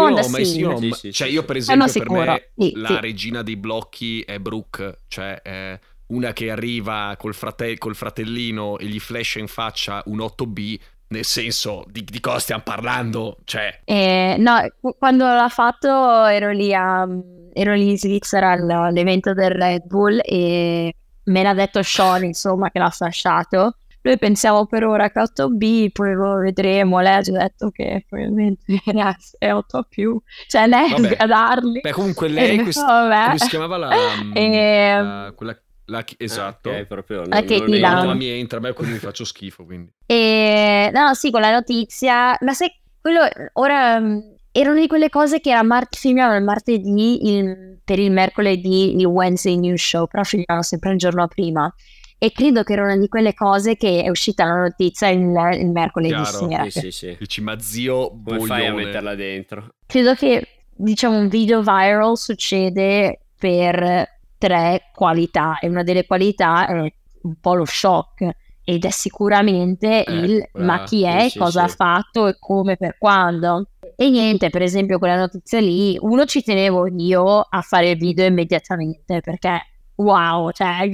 Io per esempio per me la regina dei blocchi è Brooke, cioè è una che arriva col fratellino e gli flasha in faccia un 8B. Nel senso, di cosa stiamo parlando? Cioè... no, quando l'ha fatto ero lì in Svizzera all'evento del Red Bull e me l'ha detto Sean, insomma, che l'ha flashato. Noi pensiamo per ora che 8B, poi lo vedremo. Lei ha già detto che probabilmente è 8 più. Cioè lei è sgadarli. Beh, comunque lei, come si chiamava quella... esatto, okay, proprio non mi entra, ma quindi mi faccio schifo, quindi. No, sì, con la notizia, ma sai, quello ora erano di quelle cose che filmavano il martedì, per il mercoledì il Wednesday News Show, però filmavano sempre il giorno prima, e credo che era una di quelle cose che è uscita la notizia il mercoledì sera. Sì. Dici, ma zio, come fai a metterla dentro? Credo che, diciamo, un video viral succede per 3 qualità, e una delle qualità è un po' lo shock, ed è sicuramente ma chi è, cosa ha fatto e come, per quando. E niente, per esempio quella notizia lì, ci tenevo io a fare il video immediatamente, perché wow, cioè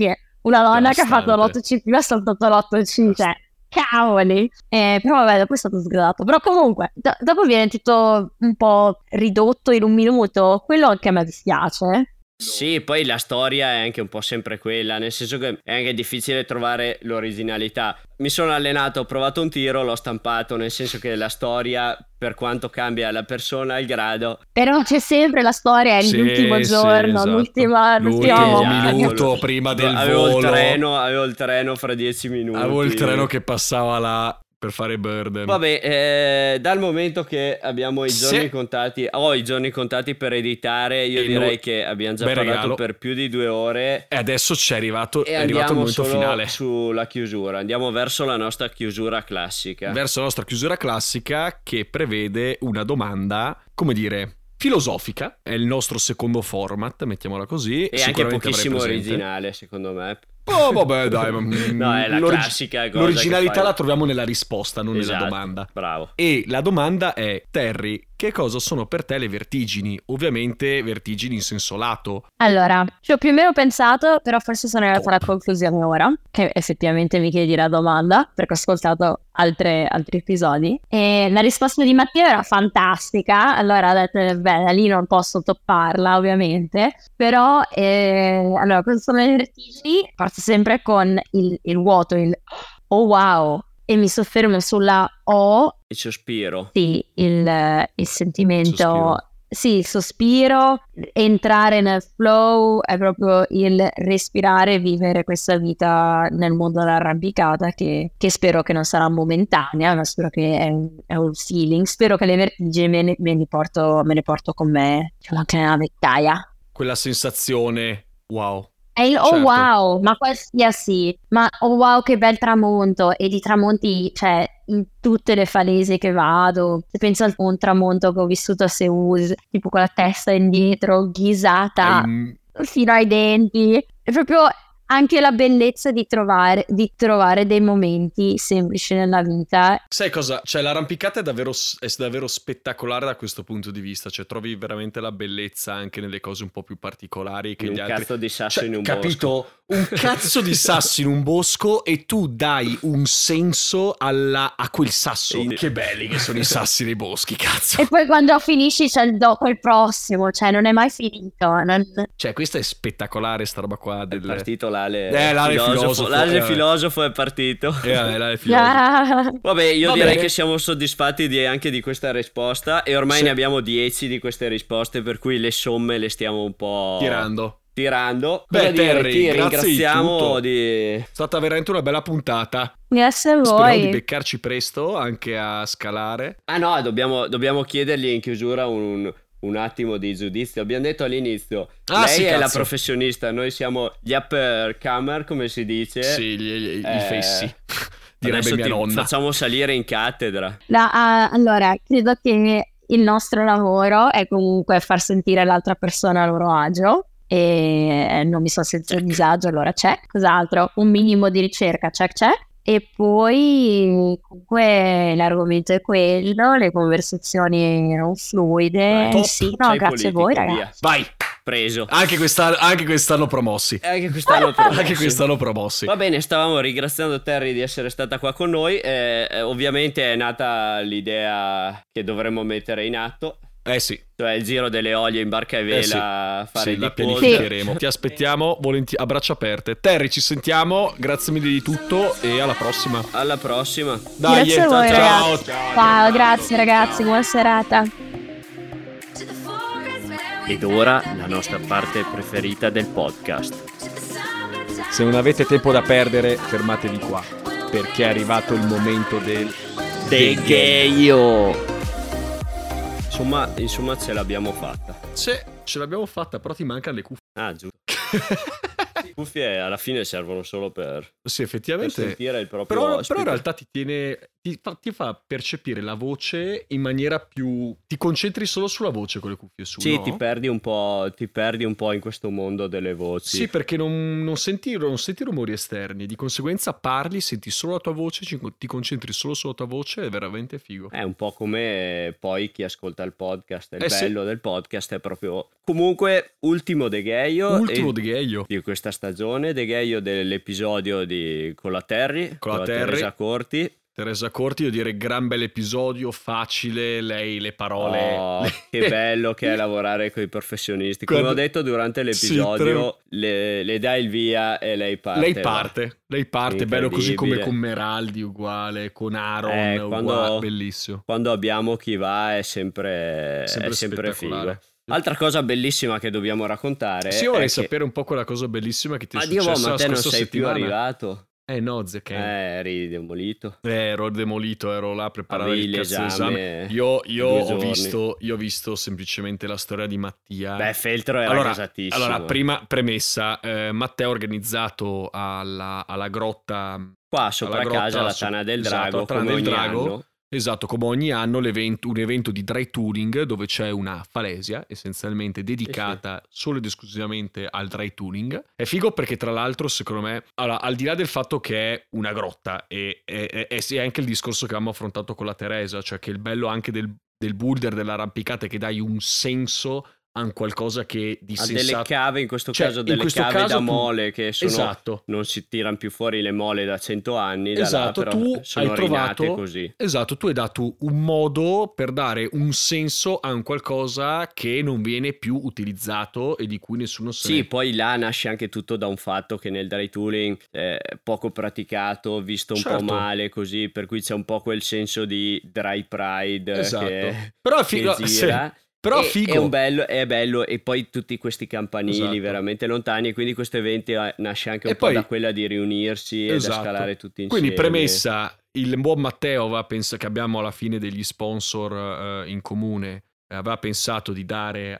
una donna che ha fatto Devastante. l'8C+, ha saltato l'8C, cioè, cavoli. Però vabbè, dopo è stato sgradato. Però comunque, dopo viene tutto un po' ridotto in un minuto, quello anche a me dispiace. Sì, poi la storia è anche un po' sempre quella, nel senso che è anche difficile trovare l'originalità. Mi sono allenato, ho provato un tiro, l'ho stampato, nel senso che la storia, per quanto cambia la persona, il grado... Però c'è sempre la storia, è Sì, l'ultimo sì, giorno, esatto. l'ultimo L'ultimo Esatto. minuto prima del avevo volo. Avevo il treno fra 10 minuti. Avevo il treno che passava là per fare burden. Vabbè, dal momento che abbiamo i Sì. giorni contati, ho i giorni contati per editare, io E direi noi- che abbiamo già bel parlato regalo. per più di 2 ore. E adesso è arrivato E il andiamo momento solo finale. sulla chiusura, andiamo verso la nostra chiusura classica. Verso la nostra chiusura classica che prevede una domanda, come dire, filosofica. È il nostro secondo format, mettiamola così. E anche Sicuramente pochissimo avrei presente. originale, secondo me. Oh, vabbè, dai. No, è la classica cosa L'originalità che fai. la troviamo nella risposta, non Esatto, nella domanda. Bravo. E la domanda è, Terry, che cosa sono per te le vertigini? Ovviamente vertigini in senso lato. Allora, ci ho più o meno pensato, però forse sono arrivata alla Top. conclusione ora, che effettivamente mi chiedi la domanda, perché ho ascoltato altri episodi. E la risposta di Matteo era fantastica, allora ho detto, beh, da lì non posso topparla, ovviamente, però, allora, cosa sono le vertigini? Parto sempre con il vuoto, il oh wow, e mi soffermo sulla O. Il sospiro. Sì, il sentimento, Sospiro. sì, il sospiro, entrare nel flow è proprio il respirare e vivere questa vita nel mondo dell'arrampicata che spero che non sarà momentanea, ma spero che è un feeling, spero che le vertigini me ne porto con me, diciamo anche nella vecchiaia. Quella sensazione, wow. È il oh Certo. wow, ma qualsiasi, ma oh wow che bel tramonto, e di tramonti, cioè, in tutte le falesi che vado, se penso a un tramonto che ho vissuto a Seul, tipo con la testa indietro, ghisata fino ai denti, è proprio anche la bellezza di trovare dei momenti semplici nella vita. Sai cosa? Cioè l'arrampicata è davvero spettacolare da questo punto di vista, cioè trovi veramente la bellezza anche nelle cose un po' più particolari che Un gli altri. cazzo di sasso Cioè, in un capito? bosco. Un cazzo di sasso in un bosco e tu dai un senso a quel sasso. Sì. Che belli che sono i sassi nei boschi, cazzo. E poi quando finisci c'è il dopo, il prossimo, cioè non è mai finito. Cioè questa è spettacolare sta roba qua È del... partito l'ale filosofo. L'ale filosofo è partito. l'ale filosofo. Vabbè, io Va direi bene. che siamo soddisfatti anche di questa risposta e ormai Sì. ne abbiamo 10 di queste risposte, per cui le somme le stiamo un po' Tirando. Cosa Beh, dire? Terry, Ti grazie di ringraziamo tutto. di... È stata veramente una bella puntata. Grazie a Speriamo di voi. beccarci presto anche a scalare. Ah no, dobbiamo chiedergli in chiusura un attimo di giudizio. Abbiamo detto all'inizio, Ah, lei sì, è la cazzo. professionista, noi siamo gli uppercomer, come si dice. Sì, i fessi. Direbbe Adesso mia ti nonna. facciamo salire in cattedra. Allora, credo che il nostro lavoro è comunque far sentire l'altra persona a loro agio, e non mi so senza disagio, allora c'è. Cos'altro? Un minimo di ricerca, c'è. E poi comunque l'argomento è quello, le conversazioni erano fluide. Top. Sì, no, Sei grazie a politico, voi via. ragazzi. Vai, Preso. anche quest'anno promossi. Anche quest'anno promosso. Anche quest'anno promossi. Va bene, stavamo ringraziando Terry di essere stata qua con noi. Ovviamente è nata l'idea che dovremmo mettere in atto, Eh sì. cioè il giro delle olie in barca e vela, Sì. fare Sì, la di ponte. pianificheremo. Ti aspettiamo a braccia aperte. Terry, ci sentiamo. Grazie mille di tutto e alla prossima. Alla prossima. Dai, Grazie a voi ciao. ragazzi. Ciao, grazie ragazzi, buona serata. Ed ora la nostra parte preferita del podcast. Se non avete tempo da perdere, fermatevi qua, perché è arrivato il momento del Degheio. Insomma ce l'abbiamo fatta. Ce l'abbiamo fatta, però ti mancano le cuffie. Ah, giusto. Le cuffie alla fine servono solo per Sì, effettivamente. sentire il proprio Però ospite. in realtà ti ti fa percepire la voce in maniera più... Ti concentri solo sulla voce con le cuffie su, Sì, no? ti perdi un po' in questo mondo delle voci. Sì, perché non senti rumori esterni, di conseguenza parli, senti solo la tua voce, ti concentri solo sulla tua voce, è veramente figo. È un po' come poi chi ascolta il podcast. Il Sì. bello del podcast è proprio... Comunque, ultimo degheio degheio. di questa stagione, degheio dell'episodio con la Terry, Con la Terry. Teresa Corti. Teresa Corti, io direi gran bel episodio, facile, lei le parole... Oh, che bello che è lavorare con i professionisti. Come Quando- ho detto durante l'episodio, le dai il via e lei parte. Lei parte, bello così come Incredibile. con Meraldi uguale, con Aaron uguale, quando- bellissimo. Quando abbiamo chi va è sempre Spettacolare. figo. Altra cosa bellissima che dobbiamo raccontare Sì, io vorrei è che... sapere un po' quella cosa bellissima che ti è Ma Dio, successa ma la te non scorsa sei più settimana. arrivato? No, Zecche. Eri demolito. Ero demolito, ero là a preparare Avevi il cazzo l'esame d'esame. Io 2 ho giorni. visto semplicemente la storia di Mattia. Beh, Feltro era gasatissimo. Allora, prima premessa, Matteo ha organizzato alla grotta... Qua sopra alla casa, grotta, la Tana del esatto, Drago, la Tana come del ogni Drago. anno. Esatto, come ogni anno un evento di dry tuning dove c'è una falesia essenzialmente dedicata solo ed esclusivamente al dry tuning. È figo perché tra l'altro secondo me, allora, al di là del fatto che è una grotta e è anche il discorso che avevamo affrontato con la Teresa, cioè che il bello anche del boulder, dell'arrampicata è che dai un senso a un qualcosa che di Ha sensato. delle cave, in questo Cioè, caso in delle questo cave caso da tu- mole che sono... Esatto. Non si tirano più fuori le mole da 100 anni. Da Esatto, là, però tu sono hai rinate trovato così. Esatto, tu hai dato un modo per dare un senso a un qualcosa che non viene più utilizzato e di cui nessuno se Sì, ne... poi là nasce anche tutto da un fatto che nel dry tooling è poco praticato, visto un Certo. po' male così, per cui c'è un po' quel senso di dry pride Esatto. che, Però è che figo, gira. sì. Però E- figo. è bello, e poi tutti questi campanili Esatto. veramente lontani, e quindi questo evento nasce anche un E po' poi- da quella di riunirsi e da Esatto. scalare tutti insieme. Quindi premessa, il buon Matteo pensa che abbiamo alla fine degli sponsor in comune, aveva pensato di dare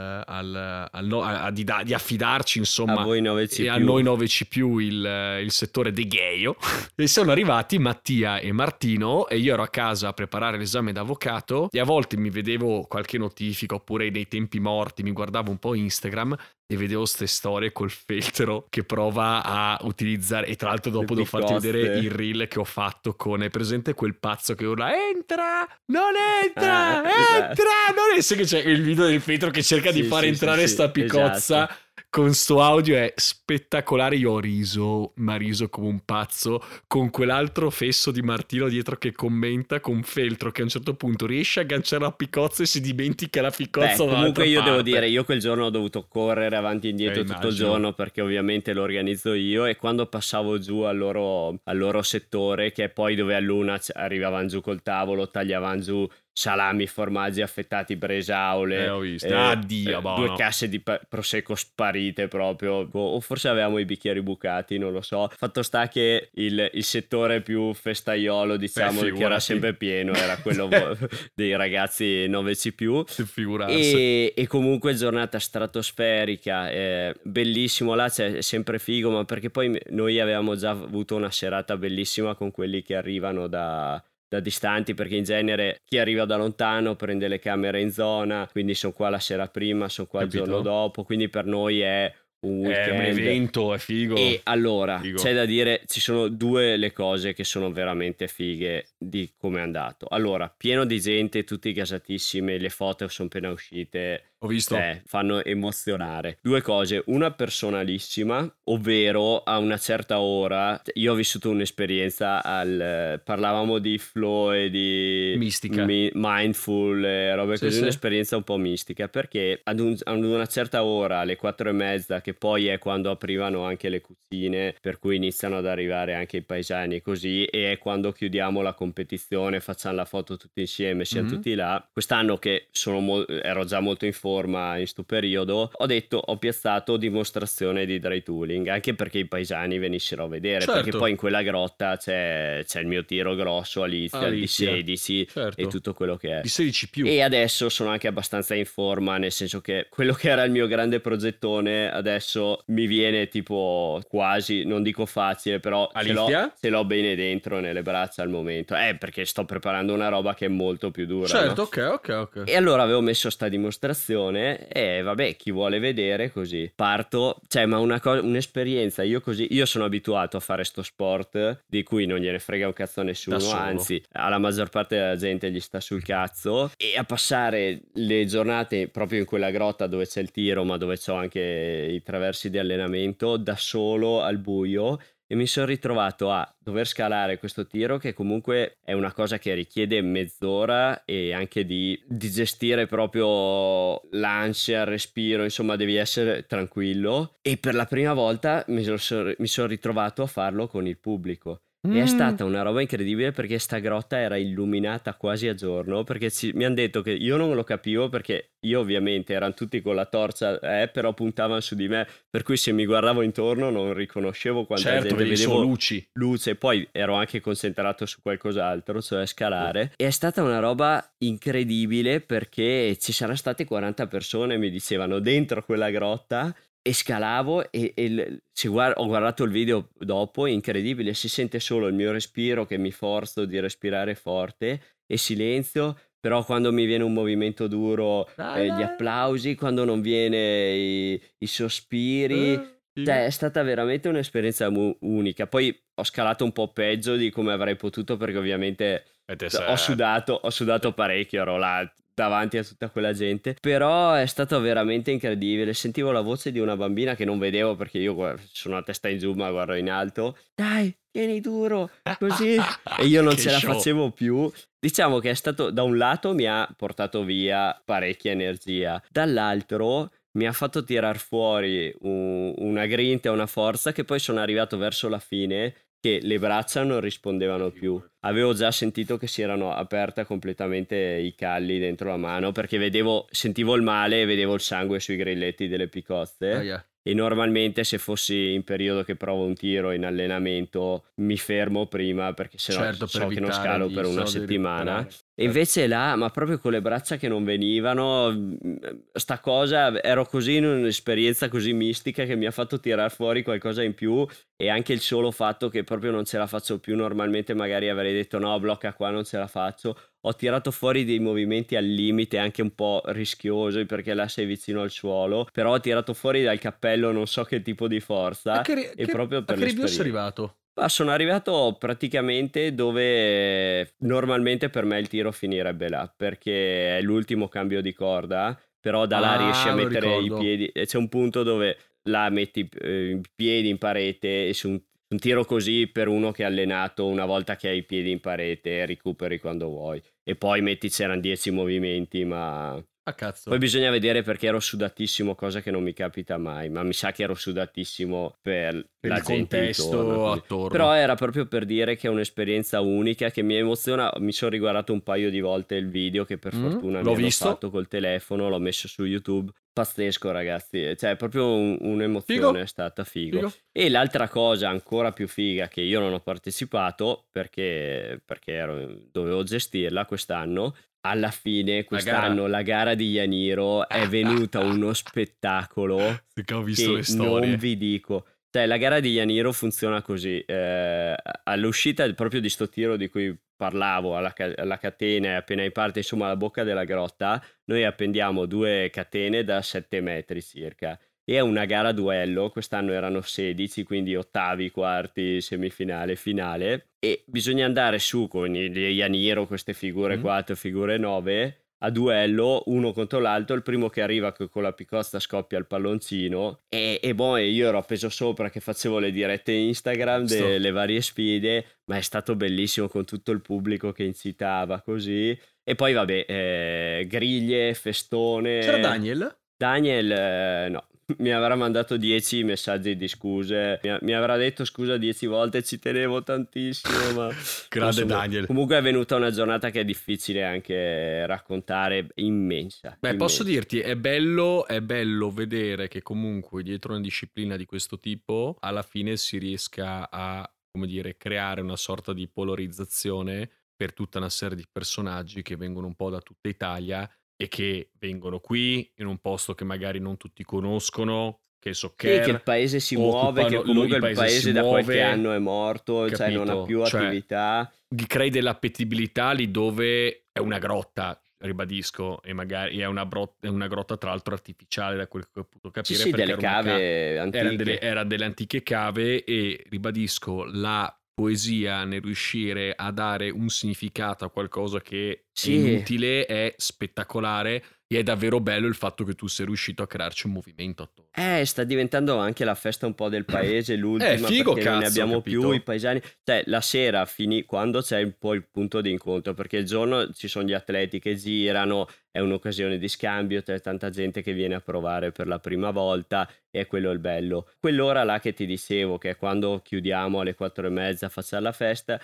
di affidarci insomma A voi 9C+. e a noi 9C+, il settore degheio. E sono arrivati Mattia e Martino e io ero a casa a preparare l'esame d'avvocato e a volte mi vedevo qualche notifica oppure nei tempi morti mi guardavo un po' Instagram e vedevo ste storie col feltro che prova a utilizzare, e tra l'altro dopo Le devo farti picoste. vedere il reel che ho fatto con, è presente quel pazzo che urla entra, non entra, non è, sai che c'è il video del feltro che cerca di Sì, far sì, entrare sì, sta picozza. esatto. Con sto audio è spettacolare, io ho riso, ma riso come un pazzo, con quell'altro fesso di Martino dietro che commenta con Feltro che a un certo punto riesce a agganciare la picozza e si dimentica la picozza Beh, dall'altra comunque io devo parte. dire, io quel giorno ho dovuto correre avanti e indietro tutto il immagino. giorno perché ovviamente lo organizzo io, e quando passavo giù al loro settore, che è poi dove a Luna arrivavano giù col tavolo, tagliavano giù salami, formaggi affettati, bresaole, Ho visto. Addio, buono. 2 casse di prosecco sparite proprio, o forse avevamo i bicchieri bucati, non lo so. Fatto sta che il settore più festaiolo, diciamo, che era figurati. sempre pieno, era quello dei ragazzi 9C+. Figurarsi. E comunque giornata stratosferica, bellissimo là, c'è sempre figo, ma perché poi noi avevamo già avuto una serata bellissima con quelli che arrivano da distanti, perché in genere chi arriva da lontano prende le camere in zona, quindi sono qua la sera prima, sono qua Capito. il giorno dopo, quindi per noi è un È weekend. un evento, è figo. E allora Figo. c'è da dire, ci sono due le cose che sono veramente fighe di come è andato. Allora, pieno di gente, tutti gasatissimi, le foto sono appena uscite, Ho visto. fanno emozionare. Due cose, una personalissima, ovvero a una certa ora, io ho vissuto un'esperienza parlavamo di flow e di Mistica. mindful, robe Sì, così, sì. un'esperienza un po' mistica, perché ad una certa ora, alle 4:30, che poi è quando aprivano anche le cucine, per cui iniziano ad arrivare anche i paesani e così, e è quando chiudiamo la competizione, facciamo la foto tutti insieme, siamo Mhm. tutti là. Quest'anno che ero già molto in forma in sto periodo, ho piazzato dimostrazione di dry tooling, anche perché i paesani venissero a vedere, Certo. perché poi in quella grotta c'è il mio tiro grosso all'Izia, di All'Izia. 16 Certo. e tutto quello che è. Di 16 più. E adesso sono anche abbastanza in forma, nel senso che quello che era il mio grande progettone adesso adesso mi viene tipo quasi, non dico facile, però Alicia? ce l'ho bene dentro nelle braccia al momento. Perché sto preparando una roba che è molto più dura, Certo, no? ok. E allora avevo messo sta dimostrazione e vabbè, chi vuole vedere così. Parto, cioè, ma un'esperienza, io sono abituato a fare sto sport di cui non gliene frega un cazzo a nessuno, Da solo. anzi, alla maggior parte della gente gli sta sul cazzo, e a passare le giornate proprio in quella grotta dove c'è il tiro, ma dove c'ho anche i traversi di allenamento, da solo al buio. E mi sono ritrovato a dover scalare questo tiro, che comunque è una cosa che richiede mezz'ora e anche di gestire proprio l'ansia, il respiro, insomma devi essere tranquillo. E per la prima volta mi sono ritrovato a farlo con il pubblico. E è stata una roba incredibile, perché sta grotta era illuminata quasi a giorno, perché mi hanno detto che io non lo capivo, perché io ovviamente erano tutti con la torcia, però puntavano su di me, per cui se mi guardavo intorno non riconoscevo quanta Certo, gente vedi solo luci. luce, poi ero anche concentrato su qualcos'altro, cioè scalare. E è stata una roba incredibile, perché ci saranno state 40 persone, mi dicevano, dentro quella grotta. E scalavo ho guardato il video dopo, è incredibile, si sente solo il mio respiro, che mi forzo di respirare forte, e silenzio, però quando mi viene un movimento duro, gli applausi, quando non viene i sospiri. Cioè, è stata veramente un'esperienza unica. Poi ho scalato un po' peggio di come avrei potuto, perché ovviamente ho sudato parecchio, ero là davanti a tutta quella gente, però è stato veramente incredibile. Sentivo la voce di una bambina che non vedevo, perché io sono a testa in giù ma guardo in alto, dai, tieni duro, così, e io non ce la facevo più. Diciamo che è stato, da un lato mi ha portato via parecchia energia, dall'altro mi ha fatto tirar fuori una grinta e una forza, che poi sono arrivato verso la fine che le braccia non rispondevano più. Avevo già sentito che si erano aperta completamente i calli dentro la mano, perché sentivo il male e vedevo il sangue sui grilletti delle picozze. E normalmente, se fossi in periodo che provo un tiro in allenamento, mi fermo prima, perché sennò so che non scalo per una settimana. E invece là, ma proprio con le braccia che non venivano, sta cosa, ero così in un'esperienza così mistica, che mi ha fatto tirar fuori qualcosa in più. E anche il solo fatto che proprio non ce la faccio più, normalmente magari avrei detto no, blocca qua, non ce la faccio. Ho tirato fuori dei movimenti al limite, anche un po' rischiosi, perché là sei vicino al suolo, però ho tirato fuori dal cappello non so che tipo di forza. Proprio per che review sei arrivato? Sono arrivato praticamente dove normalmente per me il tiro finirebbe là, perché è l'ultimo cambio di corda, però da là riesci a mettere i piedi, e c'è un punto dove là metti i piedi in parete, e su un tiro così, per uno che è allenato, una volta che hai i piedi in parete recuperi quando vuoi, e poi c'erano 10 movimenti, ma cazzo. Poi bisogna vedere, perché ero sudatissimo, cosa che non mi capita mai, ma mi sa che ero sudatissimo per la il gente contesto attorno. Però era proprio per dire che è un'esperienza unica, che mi emoziona. Mi sono riguardato un paio di volte il video, che per fortuna mi hanno fatto col telefono, l'ho messo su YouTube. Pazzesco, ragazzi, cioè è proprio un'emozione. È stata figo. E l'altra cosa ancora più figa, che io non ho partecipato perché dovevo gestirla quest'anno. Alla fine quest'anno la gara di Yaniro è venuta uno spettacolo che ho visto le storie. Non vi dico. Cioè, la gara di Yaniro funziona così: all'uscita proprio di sto tiro di cui parlavo, alla catena, appena in parte, insomma, alla bocca della grotta, noi appendiamo 2 catene da 7 metri circa. E è una gara a duello, quest'anno erano 16, quindi ottavi, quarti, semifinale, finale, e bisogna andare su con gli Yaniro, queste figure 4, figure 9, a duello, uno contro l'altro. Il primo che arriva con la picosta scoppia il palloncino, e io ero appeso sopra che facevo le dirette Instagram delle varie sfide, ma è stato bellissimo, con tutto il pubblico che incitava così. E poi vabbè, griglie, festone. C'era Daniel? Daniel no, mi avrà mandato 10 messaggi di scuse, mi avrà detto scusa 10 volte, ci tenevo tantissimo, ma grande Daniel. Comunque è venuta una giornata che è difficile anche raccontare, immensa. Posso dirti, è bello vedere che comunque dietro una disciplina di questo tipo alla fine si riesca a, come dire, creare una sorta di polarizzazione per tutta una serie di personaggi che vengono un po' da tutta Italia e che vengono qui in un posto che magari non tutti conoscono, che so che il paese si muove, che comunque il paese da qualche anno è morto, capito? Cioè non ha più attività. Crei dell'appetibilità lì dove è una grotta, ribadisco, e magari è una grotta tra l'altro artificiale, da quel che ho potuto capire. Sì, delle cave antiche. Era delle antiche cave, e ribadisco, la poesia nel riuscire a dare un significato a qualcosa che è inutile è spettacolare, e è davvero bello il fatto che tu sei riuscito a crearci un movimento attorno. Sta diventando anche la festa un po' del paese, l'ultima, figo, perché non ne abbiamo capito? più i paesani. Cioè, la sera, quando c'è un po' il punto di incontro, perché il giorno ci sono gli atleti che girano, è un'occasione di scambio, c'è tanta gente che viene a provare per la prima volta, e è quello il bello. Quell'ora là che ti dicevo, che è quando chiudiamo alle 4:30 a facciamo la festa,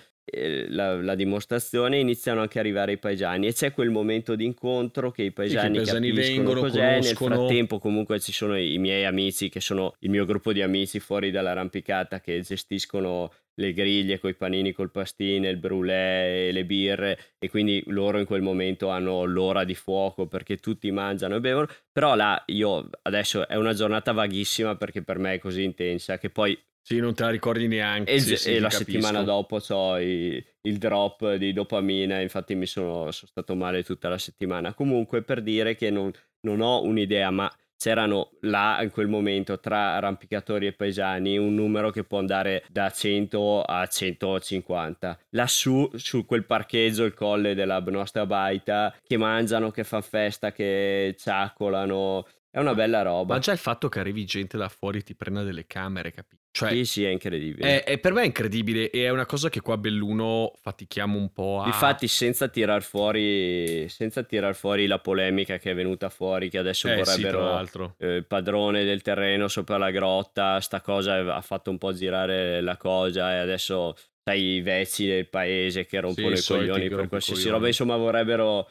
la dimostrazione, iniziano anche a arrivare i paesani, e c'è quel momento di incontro che i paesani capiscono vengono, cos'è. conoscono. Nel frattempo comunque ci sono i miei amici, che sono il mio gruppo di amici fuori dall'arrampicata, che gestiscono le griglie coi panini col pastine, il brulè e le birre, e quindi loro in quel momento hanno l'ora di fuoco perché tutti mangiano e bevono. Però là io adesso è una giornata vaghissima, perché per me è così intensa che poi sì, non te la ricordi neanche. e la settimana dopo c'ho il drop di dopamina, infatti sono stato male tutta la settimana. Comunque, per dire che non ho un'idea, ma c'erano là in quel momento, tra arrampicatori e paesani, un numero che può andare da 100 a 150. Lassù, su quel parcheggio, il colle della nostra baita, che mangiano, che fanno festa, che ciacolano. È una bella roba. Ma già il fatto che arrivi gente da fuori e ti prenda delle camere, capito? Cioè, sì, è incredibile. Per me è incredibile, e è una cosa che qua a Belluno fatichiamo un po' a... Difatti, senza tirar fuori la polemica che è venuta fuori, che adesso vorrebbero il padrone del terreno sopra la grotta, sta cosa ha fatto un po' girare la cosa, e adesso sai, i vecchi del paese che rompono i coglioni per qualsiasi roba, insomma vorrebbero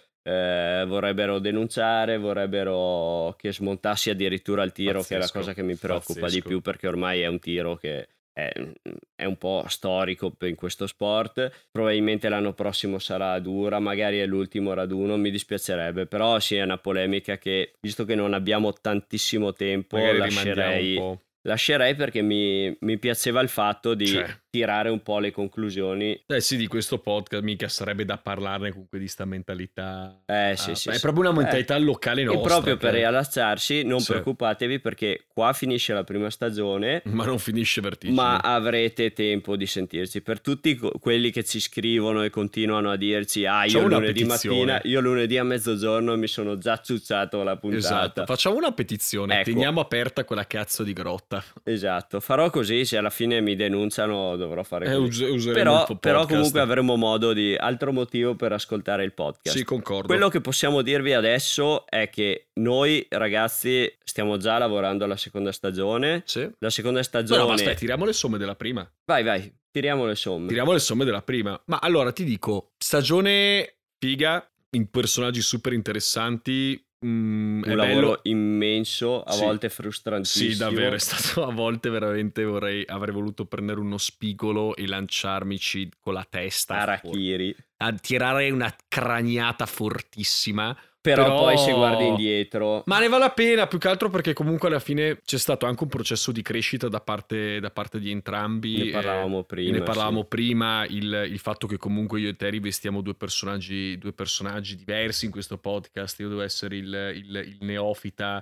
denunciare, vorrebbero che smontassi addirittura il tiro, che è la cosa che mi preoccupa di più, perché ormai è un tiro che è un po' storico in questo sport. Probabilmente l'anno prossimo sarà dura, magari è l'ultimo raduno, mi dispiacerebbe, però sì, è una polemica che, visto che non abbiamo tantissimo tempo, lascerei, perché mi piaceva il fatto di tirare un po' le conclusioni. Sì, di questo podcast mica sarebbe da parlarne comunque di sta mentalità. Sì, è proprio una mentalità locale nostra. E proprio per riallacciarci, non preoccupatevi, perché qua finisce la prima stagione, ma non finisce Vertigine. Ma avrete tempo di sentirci. Per tutti quelli che ci scrivono e continuano a dirci io lunedì mattina, io lunedì a mezzogiorno mi sono già ciucciato la puntata. Esatto, facciamo una petizione, teniamo aperta quella cazzo di grotta. Esatto, farò così, se alla fine mi denunciano dovrò fare così. Però comunque avremo modo di altro motivo per ascoltare il podcast. Sì, concordo. Quello che possiamo dirvi adesso è che noi ragazzi stiamo già lavorando alla seconda stagione. Sì. La seconda stagione... No, aspetta, tiriamo le somme della prima. Vai, tiriamo le somme. Tiriamo le somme della prima. Ma allora ti dico, stagione figa, in personaggi super interessanti. Un lavoro immenso, a volte frustrantissimo. Sì, davvero, è stato a volte veramente avrei voluto prendere uno spigolo e lanciarmici con la testa Harakiri, a tirare una craniata fortissima. Però poi se guardi indietro, ma ne vale la pena, più che altro perché comunque alla fine c'è stato anche un processo di crescita da parte di entrambi. Ne parlavamo prima, il fatto che comunque io e te rivestiamo due personaggi diversi in questo podcast. Io devo essere il neofita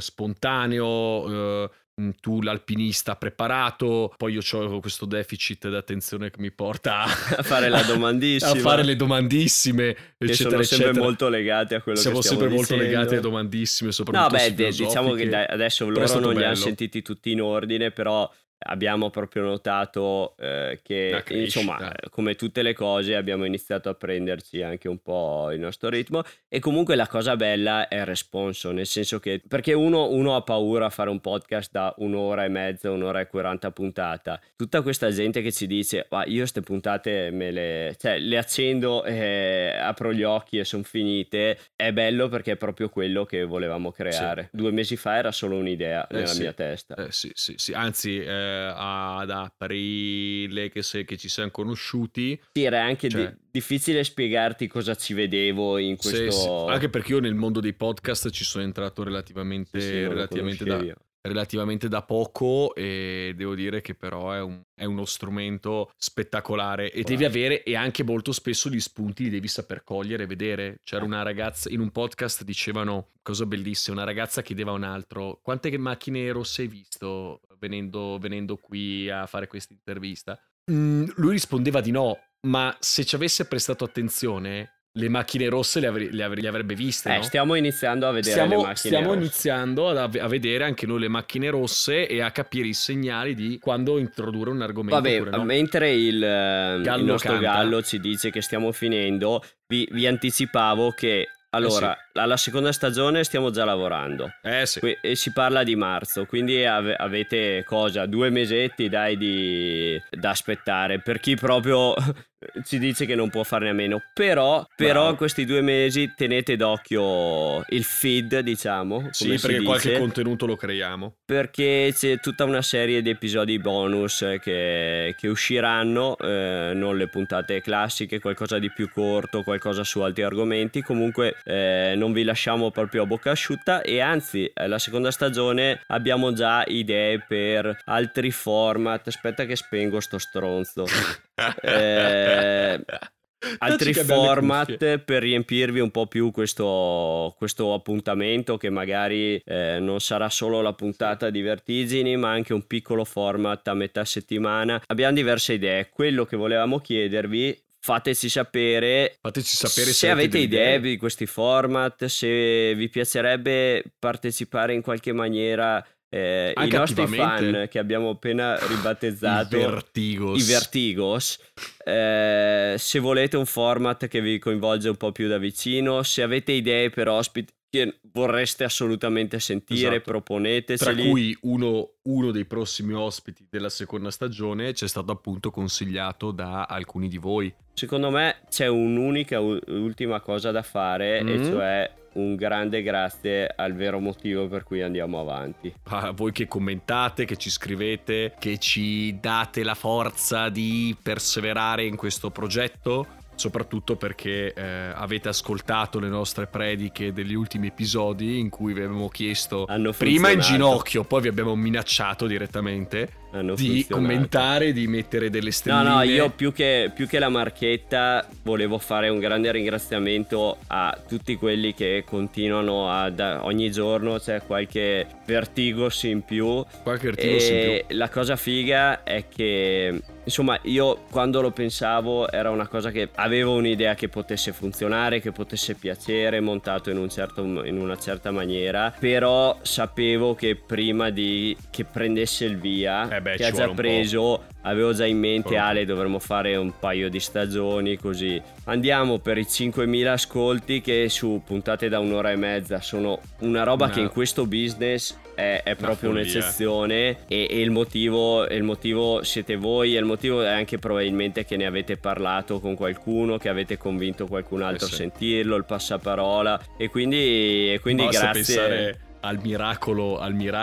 spontaneo, tu l'alpinista preparato, poi io ho questo deficit d'attenzione che mi porta a fare la domandissima, a fare le domandissime, che eccetera, sono sempre molto legate a quello siamo che stiamo sempre dicendo. molto legati alle domandissime, soprattutto diciamo che adesso loro non li hanno sentiti tutti in ordine, però abbiamo proprio notato che insomma, come tutte le cose, abbiamo iniziato a prenderci anche un po' il nostro ritmo. E comunque la cosa bella è il responso, nel senso che, perché uno ha paura a fare un podcast da 1 ora e mezza, 1 ora e 40 puntata. Tutta questa gente che ci dice io ste puntate le accendo, apro gli occhi e sono finite, è bello, perché è proprio quello che volevamo creare. 2 mesi fa era solo un'idea nella mia testa. Sì. Anzi, ad aprile che ci siamo conosciuti, sì, era anche difficile spiegarti cosa ci vedevo in questo. Sì. Anche perché io nel mondo dei podcast ci sono entrato relativamente relativamente da poco e devo dire che però è uno strumento spettacolare e devi avere, e anche molto spesso gli spunti li devi saper cogliere e vedere. C'era una ragazza in un podcast, dicevano cosa bellissima, una ragazza chiedeva a un altro: quante macchine rosse hai visto venendo qui a fare questa intervista? Lui rispondeva di no, ma se ci avesse prestato attenzione le macchine rosse le avrebbe viste, no? Stiamo iniziando a vedere le macchine stiamo rosse. iniziando a vedere anche noi le macchine rosse e a capire i segnali di quando introdurre un argomento. Vabbè, no? Mentre il nostro canta. Gallo ci dice che stiamo finendo, vi anticipavo che allora alla seconda stagione stiamo già lavorando. Sì. E si parla di marzo, quindi avete 2 mesetti da aspettare, per chi proprio ci dice che non può farne a meno. Però in questi 2 mesi tenete d'occhio il feed, diciamo. Sì, perché qualche contenuto lo creiamo. Perché c'è tutta una serie di episodi bonus che usciranno, non le puntate classiche, qualcosa di più corto, qualcosa su altri argomenti. Comunque non vi lasciamo proprio a bocca asciutta, e anzi la seconda stagione abbiamo già idee per altri format. Aspetta che spengo sto stronzo. Altri format per riempirvi un po' più questo appuntamento, che magari non sarà solo la puntata di Vertigini, ma anche un piccolo format a metà settimana. Abbiamo diverse idee. Quello che volevamo chiedervi: fateci sapere se avete idee di questi format, se vi piacerebbe partecipare in qualche maniera. I nostri fan, che abbiamo appena ribattezzato i Vertigos, se volete un format che vi coinvolge un po' più da vicino, se avete idee per ospiti che vorreste assolutamente sentire, proponeteceli. Tra cui uno dei prossimi ospiti della seconda stagione ci è stato appunto consigliato da alcuni di voi. Secondo me c'è un'unica ultima cosa da fare, e cioè un grande grazie al vero motivo per cui andiamo avanti. A voi che commentate, che ci scrivete, che ci date la forza di perseverare in questo progetto, soprattutto perché avete ascoltato le nostre prediche degli ultimi episodi in cui vi abbiamo chiesto prima in ginocchio, poi vi abbiamo minacciato direttamente di commentare, di mettere delle stelline. No, io più che la marchetta volevo fare un grande ringraziamento a tutti quelli che continuano ogni giorno c'è qualche Vertigos in più. La cosa figa è che, insomma, io quando lo pensavo era una cosa che avevo un'idea che potesse funzionare, che potesse piacere, montato in una certa maniera, però sapevo che prima che prendesse il via, che ha già preso, avevo già in mente: Ale, dovremmo fare un paio di stagioni, così andiamo per i 5.000 ascolti, che su puntate da 1 ora e mezza sono una roba che in questo business è proprio un'eccezione, e il motivo siete voi, e il motivo è anche probabilmente che ne avete parlato con qualcuno, che avete convinto qualcun altro a sentirlo, il passaparola, e quindi basta grazie pensare al miracolo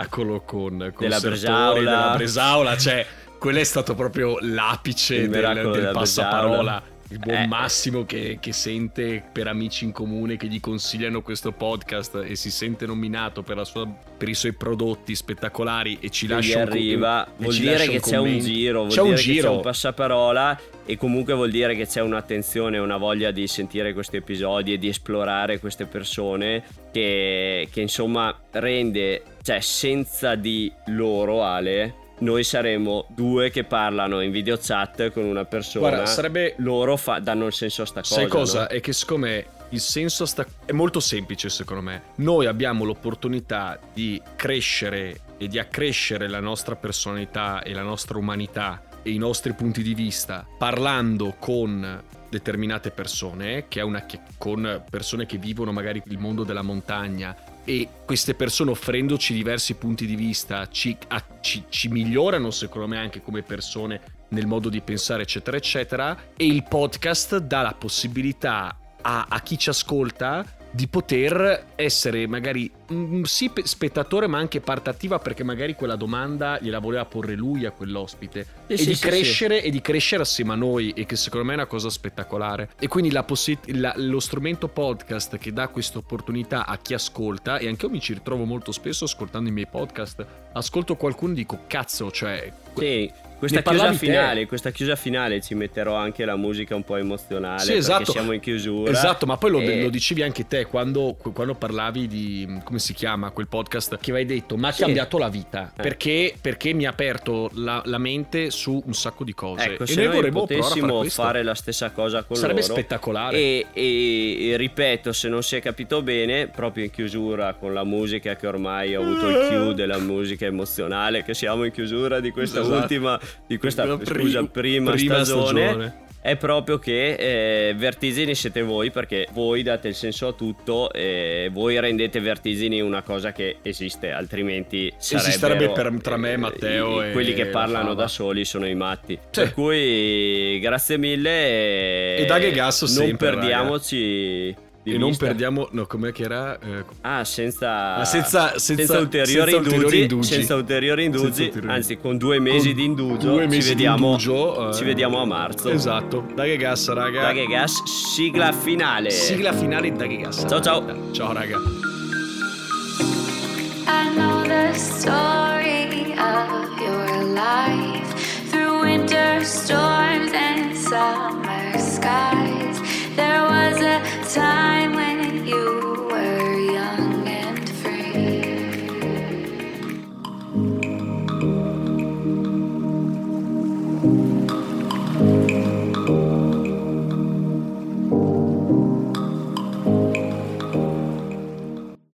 con della Sertori, della Bresaola, cioè quello è stato proprio l'apice del passaparola. Il buon Massimo che sente per amici in comune che gli consigliano questo podcast e si sente nominato per i suoi prodotti spettacolari e ci lascia vuol dire che c'è un giro, che c'è un passaparola, e comunque vuol dire che c'è un'attenzione, una voglia di sentire questi episodi e di esplorare queste persone che insomma rende, cioè senza di loro, Ale, noi saremo 2 che parlano in video chat con una persona. Guarda, loro danno il senso a sta cosa. Sai cosa? No? È che secondo me il senso è molto semplice, secondo me. Noi abbiamo l'opportunità di crescere e di accrescere la nostra personalità e la nostra umanità e i nostri punti di vista parlando con determinate persone, con persone che vivono magari il mondo della montagna, e queste persone, offrendoci diversi punti di vista, ci migliorano secondo me anche come persone nel modo di pensare, eccetera eccetera. E il podcast dà la possibilità a chi ci ascolta di poter essere magari sì spettatore ma anche parte attiva, perché magari quella domanda gliela voleva porre lui a quell'ospite e di crescere assieme a noi, e che secondo me è una cosa spettacolare. E quindi lo strumento podcast che dà questa opportunità a chi ascolta, e anche io mi ci ritrovo molto spesso ascoltando i miei podcast, ascolto qualcuno e dico cazzo, cioè sì. Questa chiusa finale ci metterò anche la musica un po' emozionale, sì, esatto, perché siamo in chiusura. Esatto, ma poi lo dicevi anche te quando parlavi di, come si chiama quel podcast che avevi detto, ma ha cambiato la vita, perché mi ha aperto la mente su un sacco di cose. Ecco, e se noi vorremmo potessimo fare la stessa cosa con sarebbe loro, spettacolare. E ripeto, se non si è capito bene, proprio in chiusura con la musica, che ormai ho avuto il cue della musica emozionale, che siamo in chiusura di questa prima stagione. È proprio che Vertigini siete voi, perché voi date il senso a tutto e voi rendete Vertigini una cosa che esiste, altrimenti esisterebbe tra me, Matteo e quelli che parlano da soli sono i matti. Sì. Per cui grazie mille e Dag e Gas non sempre, perdiamoci e non perdiamo, no, com'è che era? Senza ulteriori indugi, anzi con 2 mesi di indugio, ci vediamo a marzo. Esatto. Dag e Gas, raga. Dag e Gas, sigla finale Dag e Gas. Ciao raga.